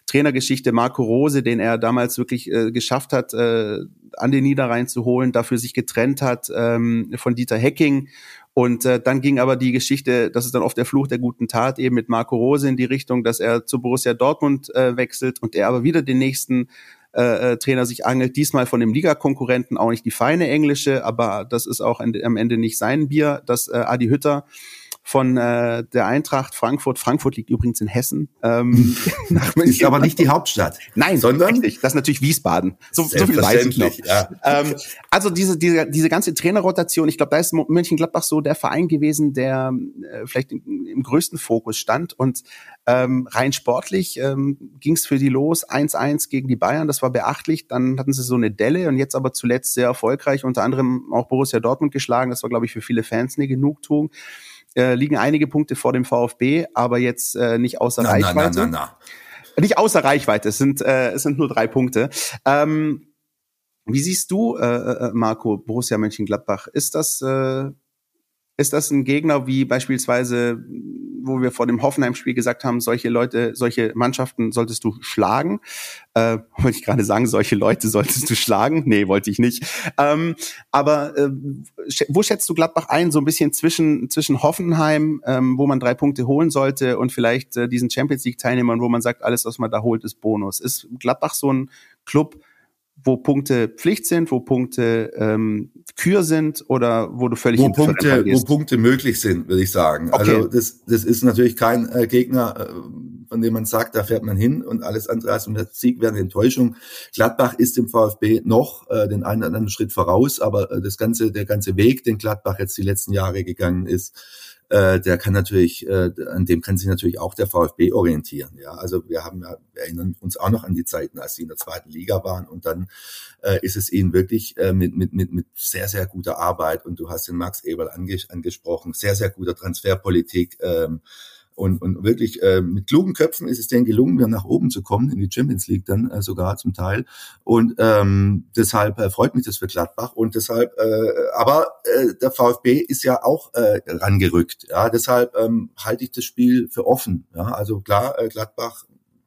Trainergeschichte Marco Rose, den er damals wirklich äh, geschafft hat, äh, an den Niederrhein zu holen, dafür sich getrennt hat ähm, von Dieter Hecking. Und äh, dann ging aber die Geschichte, das ist dann oft der Fluch der guten Tat, eben mit Marco Rose in die Richtung, dass er zu Borussia Dortmund äh, wechselt und er aber wieder den nächsten äh, Trainer sich angelt, diesmal von dem Ligakonkurrenten, auch nicht die feine englische, aber das ist auch am Ende nicht sein Bier, dass äh, Adi Hütter von äh, der Eintracht Frankfurt. Frankfurt liegt übrigens in Hessen. Ähm, ist aber nicht die Hauptstadt. Nein, sondern richtig, das ist natürlich Wiesbaden. So, so viel weiß ich noch. Ja. Ähm, also diese, diese, diese ganze Trainerrotation, ich glaube, da ist Mönchengladbach so der Verein gewesen, der äh, vielleicht im, im größten Fokus stand. Und ähm, rein sportlich ähm, ging es für die los, eins eins gegen die Bayern, das war beachtlich. Dann hatten sie so eine Delle und jetzt aber zuletzt sehr erfolgreich, unter anderem auch Borussia Dortmund geschlagen. Das war, glaube ich, für viele Fans eine Genugtuung. Äh, liegen einige Punkte vor dem VfB, aber jetzt äh, nicht außer na, Reichweite. Na, na, na, na. Nicht außer Reichweite, es sind, äh, es sind nur drei Punkte. Ähm, wie siehst du, äh, Marco, Borussia Mönchengladbach? Ist das, äh, ist das ein Gegner wie beispielsweise, wo wir vor dem Hoffenheim-Spiel gesagt haben, solche Leute, solche Mannschaften solltest du schlagen? Äh, wollte ich gerade sagen, solche Leute solltest du schlagen? Nee, wollte ich nicht. Ähm, aber äh, wo schätzt du Gladbach ein? So ein bisschen zwischen zwischen Hoffenheim, ähm, wo man drei Punkte holen sollte, und vielleicht äh, diesen Champions-League-Teilnehmern, wo man sagt, alles, was man da holt, ist Bonus. Ist Gladbach so ein Club, wo Punkte Pflicht sind, wo Punkte ähm, Kür sind, oder wo du völlig wo Punkte, wo Punkte möglich sind, würde ich sagen. Okay. Also das, das ist natürlich kein äh, Gegner, äh, von dem man sagt, da fährt man hin und alles andere als ein Sieg wäre eine Enttäuschung. Gladbach ist dem VfB noch äh, den einen oder anderen Schritt voraus, aber äh, das ganze, der ganze Weg, den Gladbach jetzt die letzten Jahre gegangen ist, äh, der kann natürlich, äh, an dem kann sich natürlich auch der VfB orientieren. Ja, also wir haben ja, wir erinnern uns auch noch an die Zeiten, als sie in der zweiten Liga waren, und dann äh, ist es ihnen wirklich äh, mit mit mit mit sehr sehr guter Arbeit, und du hast den Max Eberl anges- angesprochen, sehr sehr guter Transferpolitik. Ähm, Und, und wirklich äh, mit klugen Köpfen ist es denen gelungen, wieder nach oben zu kommen, in die Champions League dann äh, sogar zum Teil. Und ähm, deshalb äh, freut mich das für Gladbach. Und deshalb, äh, aber äh, der VfB ist ja auch äh, rangerückt. Ja, deshalb ähm, halte ich das Spiel für offen. Ja, also klar, äh, Gladbach.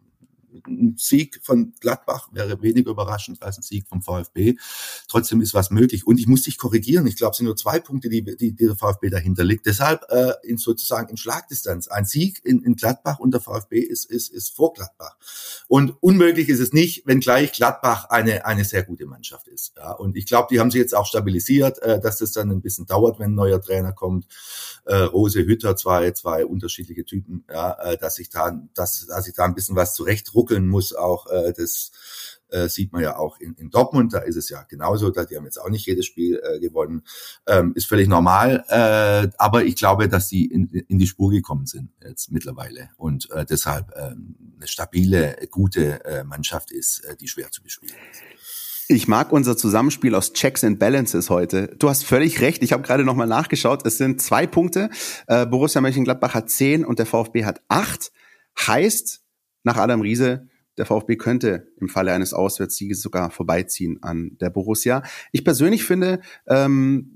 Ein Sieg von Gladbach wäre weniger überraschend als ein Sieg vom VfB. Trotzdem ist was möglich. Und ich muss dich korrigieren. Ich glaube, es sind nur zwei Punkte, die, die, die der VfB dahinter liegt. Deshalb äh, in sozusagen in Schlagdistanz. Ein Sieg in, in Gladbach und der VfB ist, ist, ist vor Gladbach. Und unmöglich ist es nicht, wenngleich Gladbach eine, eine sehr gute Mannschaft ist. Ja, und ich glaube, die haben sich jetzt auch stabilisiert, äh, dass das dann ein bisschen dauert, wenn ein neuer Trainer kommt. Äh, Rose, Hütter, zwei, zwei unterschiedliche Typen, ja, äh, dass sich da, dass, dass sich da ein bisschen was zurecht ruckeln muss auch, äh, das äh, sieht man ja auch in, in Dortmund, da ist es ja genauso, da die haben jetzt auch nicht jedes Spiel äh, gewonnen, ähm, ist völlig normal, äh, aber ich glaube, dass die in, in die Spur gekommen sind jetzt mittlerweile und äh, deshalb äh, eine stabile, gute äh, Mannschaft ist, äh, die schwer zu bespielen ist. Ich mag unser Zusammenspiel aus Checks and Balances heute. Du hast völlig recht. Ich habe gerade nochmal nachgeschaut. Es sind zwei Punkte. Äh, Borussia Mönchengladbach hat zehn und der VfB hat acht. Heißt, nach Adam Riese, der VfB könnte im Falle eines Auswärtssieges sogar vorbeiziehen an der Borussia. Ich persönlich finde, ähm,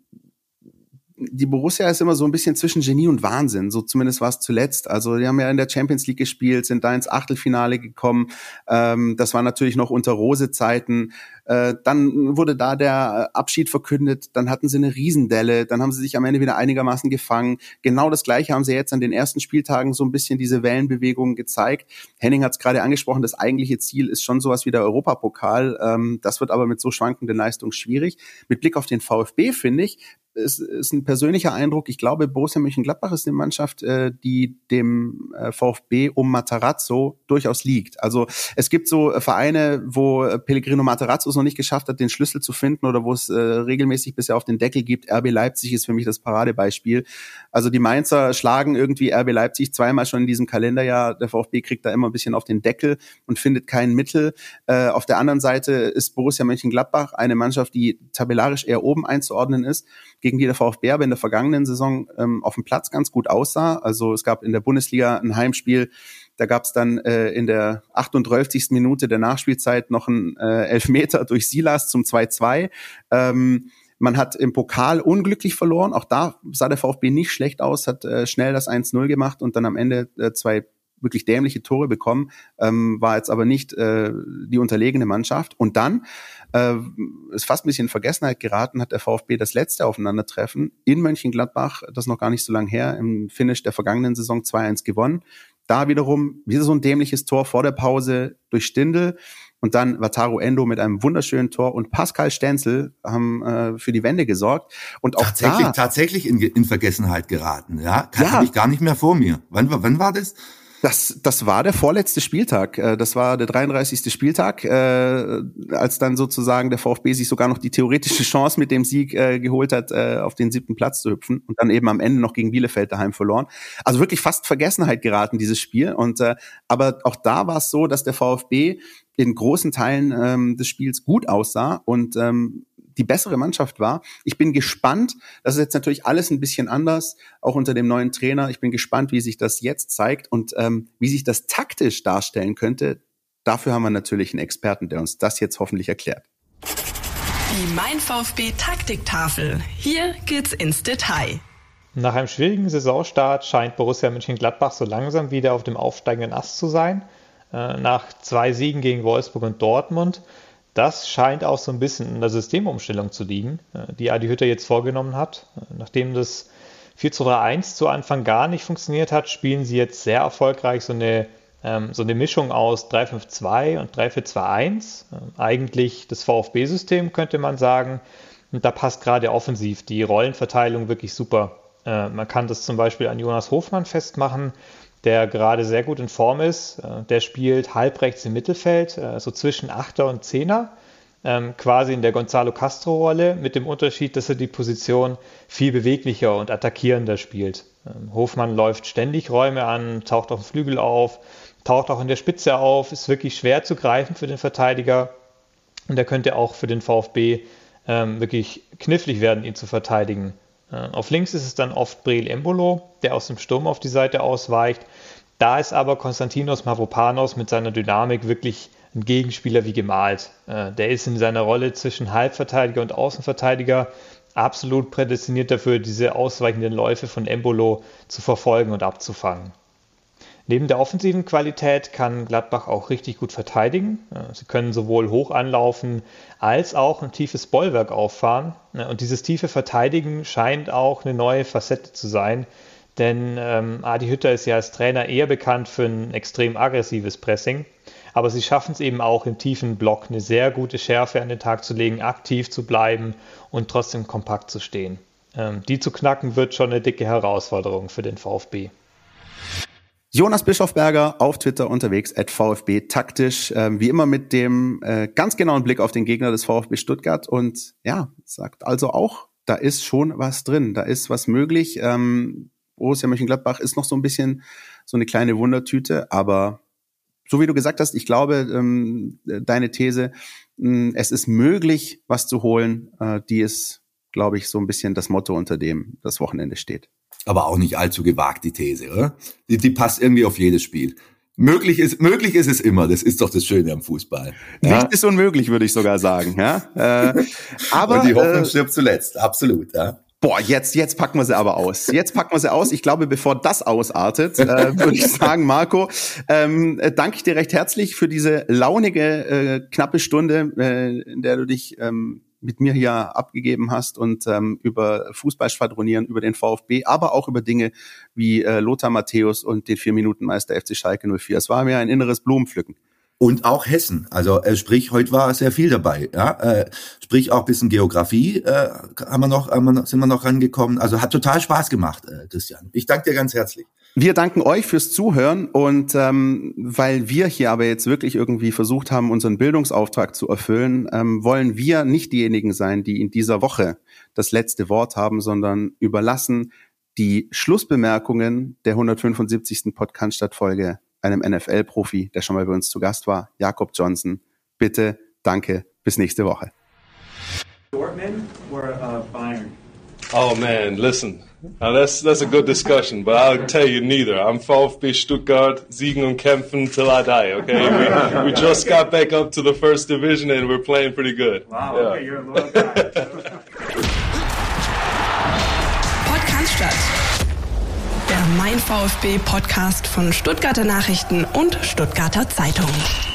die Borussia ist immer so ein bisschen zwischen Genie und Wahnsinn, so zumindest war es zuletzt. Also die haben ja in der Champions League gespielt, sind da ins Achtelfinale gekommen. Ähm, das war natürlich noch unter Rose-Zeiten. Äh, dann wurde da der Abschied verkündet, dann hatten sie eine Riesendelle, dann haben sie sich am Ende wieder einigermaßen gefangen. Genau das Gleiche haben sie jetzt an den ersten Spieltagen so ein bisschen diese Wellenbewegungen gezeigt. Henning hat es gerade angesprochen, das eigentliche Ziel ist schon sowas wie der Europapokal. Ähm, das wird aber mit so schwankenden Leistungen schwierig. Mit Blick auf den VfB, finde ich, ist, ist ein persönlicher Eindruck. Ich glaube, Borussia Mönchengladbach ist eine Mannschaft, äh, die dem äh, VfB um Matarazzo durchaus liegt. Also es gibt so äh, Vereine, wo äh, Pellegrino Matarazzo es noch nicht geschafft hat, den Schlüssel zu finden oder wo es äh, regelmäßig bisher auf den Deckel gibt. R B Leipzig ist für mich das Paradebeispiel. Also die Mainzer schlagen irgendwie R B Leipzig zweimal schon in diesem Kalenderjahr. Der VfB kriegt da immer ein bisschen auf den Deckel und findet kein Mittel. Äh, auf der anderen Seite ist Borussia Mönchengladbach eine Mannschaft, die tabellarisch eher oben einzuordnen ist, gegen die der VfB aber in der vergangenen Saison ähm, auf dem Platz ganz gut aussah. Also es gab in der Bundesliga ein Heimspiel, da gab es dann äh, in der achtunddreißigsten Minute der Nachspielzeit noch einen äh, Elfmeter durch Silas zum zwei zwei. Ähm, man hat im Pokal unglücklich verloren. Auch da sah der VfB nicht schlecht aus, hat äh, schnell das eins null gemacht und dann am Ende äh, zwei wirklich dämliche Tore bekommen, ähm, war jetzt aber nicht äh, die unterlegene Mannschaft. Und dann äh, ist fast ein bisschen in Vergessenheit geraten, hat der VfB das letzte Aufeinandertreffen in Mönchengladbach, das ist noch gar nicht so lange her, im Finish der vergangenen Saison zwei eins gewonnen. Da wiederum wieder so ein dämliches Tor vor der Pause durch Stindl. Und dann Wataru Endo mit einem wunderschönen Tor und Pascal Stenzel haben äh, für die Wende gesorgt. Und auch tatsächlich, da, tatsächlich in, in Vergessenheit geraten. Ja, ja. Habe ich gar nicht mehr vor mir. Wann, wann war das? Das, das war der vorletzte Spieltag. Das war der dreiunddreißigste Spieltag, äh, als dann sozusagen der VfB sich sogar noch die theoretische Chance mit dem Sieg äh, geholt hat, äh, auf den siebten Platz zu hüpfen und dann eben am Ende noch gegen Bielefeld daheim verloren. Also wirklich fast Vergessenheit geraten, dieses Spiel. Und äh, aber auch da war es so, dass der VfB in großen Teilen ähm, des Spiels gut aussah und ähm, die bessere Mannschaft war. Ich bin gespannt, das ist jetzt natürlich alles ein bisschen anders, auch unter dem neuen Trainer. Ich bin gespannt, wie sich das jetzt zeigt und ähm, wie sich das taktisch darstellen könnte. Dafür haben wir natürlich einen Experten, der uns das jetzt hoffentlich erklärt. Die Mein VfB Taktiktafel. Hier geht's ins Detail. Nach einem schwierigen Saisonstart scheint Borussia Mönchengladbach so langsam wieder auf dem aufsteigenden Ast zu sein. Äh, nach zwei Siegen gegen Wolfsburg und Dortmund. Das scheint auch so ein bisschen in der Systemumstellung zu liegen, die Adi Hütter jetzt vorgenommen hat. Nachdem das vier zu drei eins zu Anfang gar nicht funktioniert hat, spielen sie jetzt sehr erfolgreich so eine, ähm, so eine Mischung aus drei fünf zwei und drei vier zwei eins. Ähm, eigentlich das VfB-System, könnte man sagen. Und da passt gerade offensiv die Rollenverteilung wirklich super. Äh, man kann das zum Beispiel an Jonas Hofmann festmachen, der gerade sehr gut in Form ist. Der spielt halbrechts im Mittelfeld, so zwischen Achter und Zehner, quasi in der Gonzalo Castro-Rolle, mit dem Unterschied, dass er die Position viel beweglicher und attackierender spielt. Hofmann läuft ständig Räume an, taucht auf dem Flügel auf, taucht auch in der Spitze auf, ist wirklich schwer zu greifen für den Verteidiger und er könnte auch für den VfB wirklich knifflig werden, ihn zu verteidigen. Auf links ist es dann oft Breel Embolo, der aus dem Sturm auf die Seite ausweicht. Da ist aber Konstantinos Mavropanos mit seiner Dynamik wirklich ein Gegenspieler wie gemalt. Der ist in seiner Rolle zwischen Halbverteidiger und Außenverteidiger absolut prädestiniert dafür, diese ausweichenden Läufe von Embolo zu verfolgen und abzufangen. Neben der offensiven Qualität kann Gladbach auch richtig gut verteidigen. Sie können sowohl hoch anlaufen als auch ein tiefes Bollwerk auffahren. Und dieses tiefe Verteidigen scheint auch eine neue Facette zu sein, denn ähm, Adi Hütter ist ja als Trainer eher bekannt für ein extrem aggressives Pressing. Aber sie schaffen es eben auch im tiefen Block eine sehr gute Schärfe an den Tag zu legen, aktiv zu bleiben und trotzdem kompakt zu stehen. Ähm, die zu knacken wird schon eine dicke Herausforderung für den VfB. Jonas Bischofberger auf Twitter unterwegs, at VfB taktisch, äh, wie immer mit dem äh, ganz genauen Blick auf den Gegner des VfB Stuttgart und ja, sagt also auch, da ist schon was drin, da ist was möglich. Ähm, Borussia Mönchengladbach ist noch so ein bisschen so eine kleine Wundertüte, aber so wie du gesagt hast, ich glaube, ähm, deine These, mh, es ist möglich, was zu holen, äh, die ist, glaube ich, so ein bisschen das Motto, unter dem das Wochenende steht. Aber auch nicht allzu gewagt, die These, oder? Die, die passt irgendwie auf jedes Spiel. Möglich ist, möglich ist es immer. Das ist doch das Schöne am Fußball. Ja? Nichts ist unmöglich, würde ich sogar sagen. Ja? Äh, aber und die Hoffnung äh, stirbt zuletzt. Absolut, ja. Boah, jetzt, jetzt packen wir sie aber aus. Jetzt packen wir sie aus. Ich glaube, bevor das ausartet, äh, würde ich sagen, Marco, ähm, äh, danke ich dir recht herzlich für diese launige, äh, knappe Stunde, äh, in der du dich ähm, mit mir hier abgegeben hast und ähm, über Fußball schwadronieren, über den VfB, aber auch über Dinge wie äh, Lothar Matthäus und den Vier-Minuten-Meister F C Schalke null vier. Es war mir ein inneres Blumenpflücken. Und auch Hessen. Also äh, sprich, heute war sehr viel dabei. Ja, äh, sprich auch ein bisschen Geografie äh, haben wir noch, haben wir noch, sind wir noch rangekommen. Also hat total Spaß gemacht, äh, Christian. Ich danke dir ganz herzlich. Wir danken euch fürs Zuhören und ähm, weil wir hier aber jetzt wirklich irgendwie versucht haben, unseren Bildungsauftrag zu erfüllen, ähm, wollen wir nicht diejenigen sein, die in dieser Woche das letzte Wort haben, sondern überlassen die Schlussbemerkungen der hundertfünfundsiebzigsten Podcast-Folge einem N F L-Profi, der schon mal bei uns zu Gast war, Jakob Johnson. Bitte, danke, bis nächste Woche. Dortmund or uh, Bayern? Oh man, listen. Now that's that's a good discussion, but I'll tell you neither. I'm VfB Stuttgart, siegen und kämpfen till I die. Okay, we, we just got back up to the first division and we're playing pretty good. Wow, yeah. Okay, you're a loyal guy. Podcast statt. Der Mein VfB-Podcast von Stuttgarter Nachrichten und Stuttgarter Zeitung.